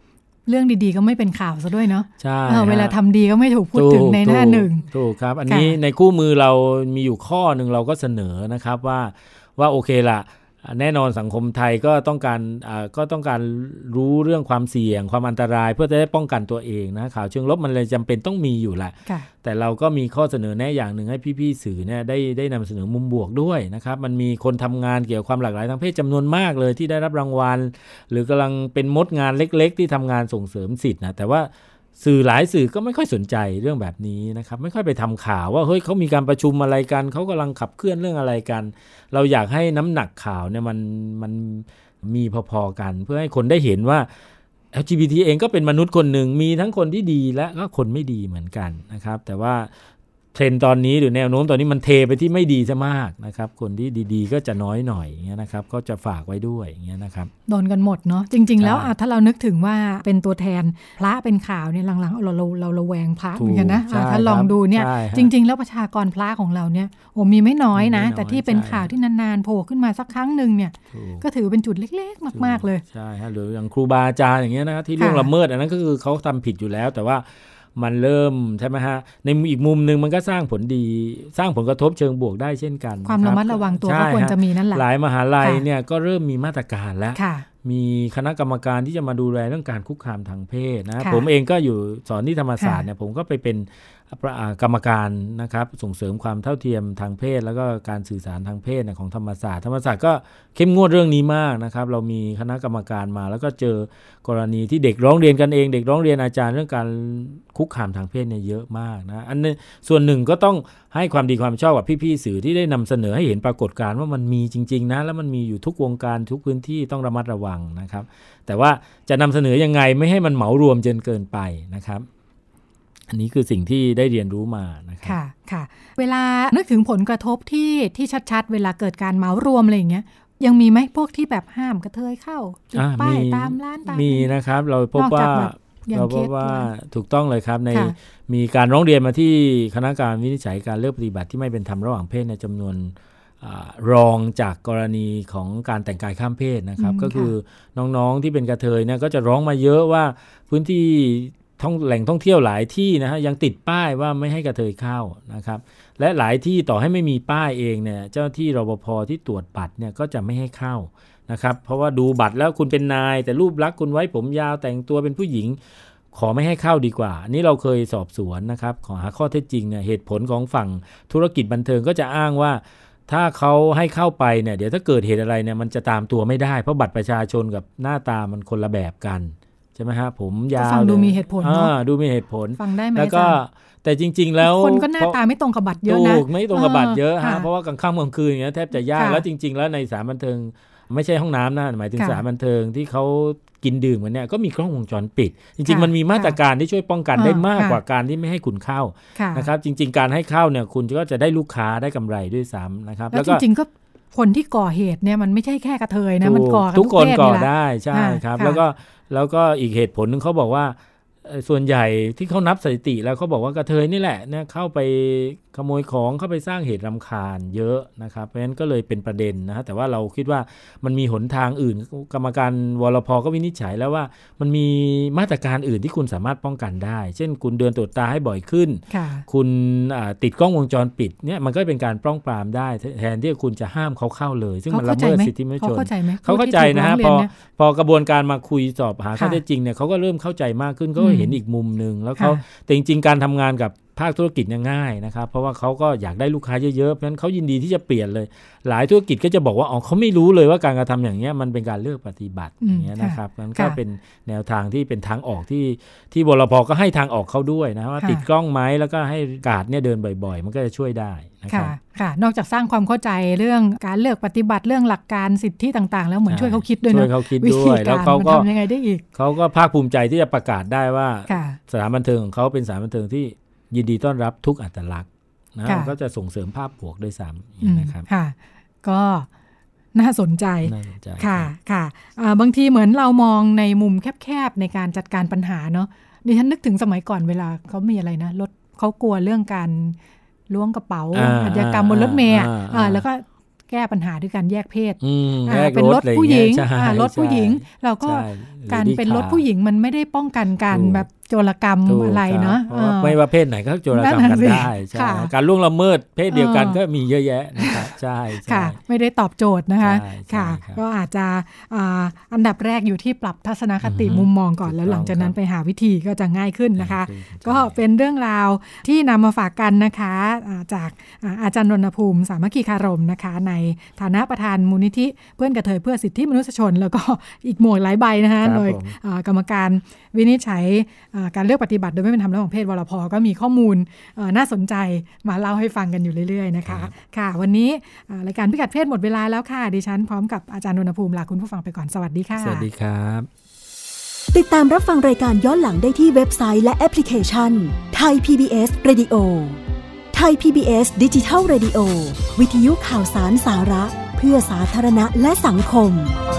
เรื่องดีๆก็ไม่เป็นข่าวซะด้วยเนาะใช่เวลาทำดีก็ไม่ถูกพูดถึงในหน้าหนึ่งถูกครับอันนี้ในคู่มือเรามีอยู่ข้อหนึ่งเราก็เสนอนะครับว่าโอเคละแน่นอนสังคมไทยก็ต้องการรู้เรื่องความเสี่ยงความอันตรายเพื่อจะได้ป้องกันตัวเองนะข่าวเชิงลบมันเลยจำเป็นต้องมีอยู่แหละแต่เราก็มีข้อเสนอแนะอย่างหนึ่งให้พี่ๆสื่อเนี่ยได้นำเสนอมุมบวกด้วยนะครับมันมีคนทำงานเกี่ยวกับความหลากหลายทางเพศจำนวนมากเลยที่ได้รับรางวัลหรือกำลังเป็นมดงานเล็กๆที่ทำงานส่งเสริมสิทธินะแต่ว่าสื่อหลายสื่อก็ไม่ค่อยสนใจเรื่องแบบนี้นะครับไม่ค่อยไปทำข่าวว่าเฮ้ยเขามีการประชุมอะไรกันเขากำลังขับเคลื่อนเรื่องอะไรกันเราอยากให้น้ำหนักข่าวเนี่ยมันมีพอๆกันเพื่อให้คนได้เห็นว่า LGBT เองก็เป็นมนุษย์คนหนึ่งมีทั้งคนที่ดีและก็คนไม่ดีเหมือนกันนะครับแต่ว่าเทรนด์ตอนนี้หรือแนวโน้มตอนนี้มันเทไปที่ไม่ดีซะมากนะครับคนที่ดีๆก็จะน้อยหน่อยอย่างเงี้ยนะครับก็จะฝากไว้ด้วยอย่างเงี้ยนะครับโดนกันหมดเนาะจริงๆแล้วถ้าเรานึกถึงว่าเป็นตัวแทนพระเป็นข่าวเนี่ยหลังๆเราระแวงพระเหมือนกันนะถ้าลองดูเนี่ยจริงๆแล้วประชากรพระของเราเนี่ยมีไม่น้อยนะแต่ที่เป็นข่าวที่นานๆโผล่ขึ้นมาสักครั้งนึงเนี่ยก็ถือเป็นจุดเล็กๆมากๆเลยใช่ฮะหรืออย่างครูบาอาจารย์อย่างเงี้ยนะที่ล่วงละเมิดอันนั้นก็คือเขาทำผิดอยู่แล้วแต่ว่ามันเริ่มใช่ไหมฮะในอีกมุมนึงมันก็สร้างผลดีสร้างผลกระทบเชิงบวกได้เช่นกันความระมัดระวังตัวก็ควรจะมีนั่นแหละหลายมหาลัยเนี่ยก็เริ่มมีมาตรการแล้วมีคณะกรรมการที่จะมาดูแลเรื่องการคุกคามทางเพศนะผมเองก็อยู่สอนที่ธรรมศาสตร์เนี่ยผมก็ไปเป็นกรรมการนะครับส่งเสริมความเท่าเทียมทางเพศแล้วก็การสื่อสารทางเพศของธรรมศาสตร์ก็เข้มงวดเรื่องนี้มากนะครับเรามีคณะกรรมการมาแล้วก็เจอกรณีที่เด็กร้องเรียนกันเองเด็กร้องเรียนอาจารย์เรื่องการคุกคามทางเพศเนี่ยเยอะมากนะอันนี้ส่วนหนึ่งก็ต้องให้ความดีความชอบกับพี่ๆสื่อที่ได้นำเสนอให้เห็นปรากฏการณ์ว่ามันมีจริงๆนะแล้วมันมีอยู่ทุกวงการทุกพื้นที่ต้องระมัดระวังนะครับแต่ว่าจะนำเสนอยังไงไม่ให้มันเหมารวมจนเกินไปนะครับอันนี้คือสิ่งที่ได้เรียนรู้มานะครับค่ะเวลานึกถึงผลกระทบที่ชัดๆเวลาเกิดการเหมารวมอะไรอย่างเงี้ยยังมีไหมพวกที่แบบห้ามกระเทยเข้าจุดป้ายตามร้านตามมีนะครับเราพบว่าถูกต้องเลยครับในมีการร้องเรียนมาที่คณะกรรมการวินิจฉัยการเลือกปฏิบัติที่ไม่เป็นธรรมระหว่างเพศในจำนวนรองจากกรณีของการแต่งกายข้ามเพศนะครับก็คือน้องๆที่เป็นกระเทยเนี่ยก็จะร้องมาเยอะว่าพื้นที่แหล่งท่องเที่ยวหลายที่นะฮะยังติดป้ายว่าไม่ให้กระเทยเข้านะครับและหลายที่ต่อให้ไม่มีป้ายเองเนี่ยเจ้าที่รปภที่ตรวจบัตรเนี่ยก็จะไม่ให้เข้านะครับเพราะว่าดูบัตรแล้วคุณเป็นนายแต่รูปลักษณ์คุณไว้ผมยาวแต่งตัวเป็นผู้หญิงขอไม่ให้เข้าดีกว่านี่เราเคยสอบสวนนะครับขอหาข้อเท็จจริงเนี่ยเหตุผลของฝั่งธุรกิจบันเทิงก็จะอ้างว่าถ้าเขาให้เข้าไปเนี่ยเดี๋ยวถ้าเกิดเหตุอะไรเนี่ยมันจะตามตัวไม่ได้เพราะบัตรประชาชนกับหน้าตามันคนละแบบกันใช่ไหมฮะผมยาวฟังดูมีเหตุผลเนาะดูมีเหตุผลฟังได้ไหมแล้วก็แต่จริงๆแล้วคนก็หน้าตาไม่ตรงกับบัตรเยอะนะไม่ตรงกับบัตรเยอะฮะเพราะว่ากลางค่ำกลางคืนอย่างเงี้ยแทบจะยากแล้วจริงๆแล้วในสถานบันเทิงไม่ใช่ห้องน้ำนะหมายถึงสถานบันเทิงที่เขากินดื่มกันเนี่ยก็มีกล้องวงจรปิดจริงๆมันมีมาตรการที่ช่วยป้องกันได้มากกว่าการที่ไม่ให้คุณเข้านะครับจริงๆการให้เข้าเนี่ยคุณก็จะได้ลูกค้าได้กำไรด้วยซ้ำนะครับแล้วจริงๆก็คนที่ก่อเหตุเนี่ยมันไม่ใช่แค่กระเทยนะมันก่อทุกคนก่อได้ใช่ครับแล้วก็อีกเหตุผลนึงเขาบอกว่าส่วนใหญ่ที่เขานับสถิติแล้วเขาบอกว่ากระเทยนี่แหละเนี่ยเข้าไปขโมยของเข้าไปสร้างเหตุรำคาญเยอะนะครับเพราะฉะนั้นก็เลยเป็นประเด็นนะแต่ว่าเราคิดว่ามันมีหนทางอื่นกรรมการวรพ.ก็วินิจฉัยแล้วว่ามันมีมาตรการอื่นที่คุณสามารถป้องกันได้เช่นคุณเดินตรวจตาให้บ่อยขึ้นคุณติดกล้องวงจรปิดเนี่ยมันก็เป็นการป้องปรามได้แทนที่คุณจะห้ามเขาเข้าเลยซึ่งมันละเมิดสิทธิมนุษยชนเขาเข้าใจนะฮะพอกระบวนการมาคุยสอบหาข้อเท็จจริงเนี่ยเขาก็เริ่มเข้าใจมากขึ้นก็เห็นอีกมุมนึงแล้วเขาแต่จริงๆการทำงานกับภาคธุรกิจง่ายนะครับเพราะว่าเขาก็อยากได้ลูกค้าเยอะๆเพราะฉะนั้นเขายินดีที่จะเปลี่ยนเลยหลายธุรกิจก็จะบอกว่าอ๋อเขาไม่รู้เลยว่าการกระทำอย่างเงี้ยมันเป็นการเลือกปฏิบัติอย่างเงี้ยนะครับนั้นก็เป็นแนวทางที่เป็นทางออกที่วรพ.ก็ให้ทางออกเขาด้วยนะว่าติดกล้องไหมแล้วก็ให้การ์ดเนี่ยเดินบ่อยๆมันก็จะช่วยได้นะครับค่ะนอกจากสร้างความเข้าใจเรื่องการเลือกปฏิบัติเรื่องหลักการสิทธิต่างๆแล้วเหมือนช่วยเขาคิดด้วยนะช่วยเขาคิดด้วยแล้วเขาก็ทำยังไงได้อีกเขาก็ภาคภูมิใจที่จะประกาศได้ว่าสถานบันเทิงของเขาเป็นสถานบันเทิงที่ยินดีต้อนรับทุกอัตลักษณ์นะก็จะส่งเสริมภาพบวกด้วยซ้ำนะครับค่ะก็น่าสนใจค่ะบางทีเหมือนเรามองในมุมแคบๆในการจัดการปัญหาเนาะดิฉันนึกถึงสมัยก่อนเวลาเขามีอะไรนะรถเขากลัวเรื่องการล้วงกระเป๋าอาชญากรรมบนรถเมล์แล้วก็แก้ปัญหาด้วยการแยกเพศเป็นรถผู้หญิงรถผู้หญิงเราก็การเป็นรถผู้หญิงมันไม่ได้ป้องกันการแบบโจรกรรมอะไรเนาะไม่ว่าเพศไหนก็โจรกรรมกันได้ใช่การล่วงละเมิดเพศเดียวกันก็มีเยอะแยะนะครับใช่ค่ะไม่ได้ตอบโจทย์นะคะค่ะก็อาจจะอันดับแรกอยู่ที่ปรับทัศนคติมุมมองก่อนแล้วหลังจากนั้นไปหาวิธีก็จะง่ายขึ้นนะคะก็เป็นเรื่องราวที่นำมาฝากกันนะคะจากอาจารย์รณภูมิสามัคคีคารมนะคะในฐานะประธานมูลนิธิเพื่อนกระเทยเพื่อสิทธิมนุษยชนแล้วก็อีกหมวดหลายใบนะคะโดยกรรมการวินิจฉัยการเลือกปฏิบัติโดยไม่เป็นธรรมระหว่างเพศวรพ.ก็มีข้อมูลน่าสนใจมาเล่าให้ฟังกันอยู่เรื่อยๆนะคะค่ะวันนี้รายการพิกัดเพศหมดเวลาแล้วค่ะดิฉันพร้อมกับอาจารย์รณภูมิลาคุณผู้ฟังไปก่อนสวัสดีค่ะสวัสดีครับติดตามรับฟังรายการย้อนหลังได้ที่เว็บไซต์และแอปพลิเคชัน Thai PBS Radio Thai PBS Digital Radio วิทยุข่าวสารสาระเพื่อสาธารณะและสังคม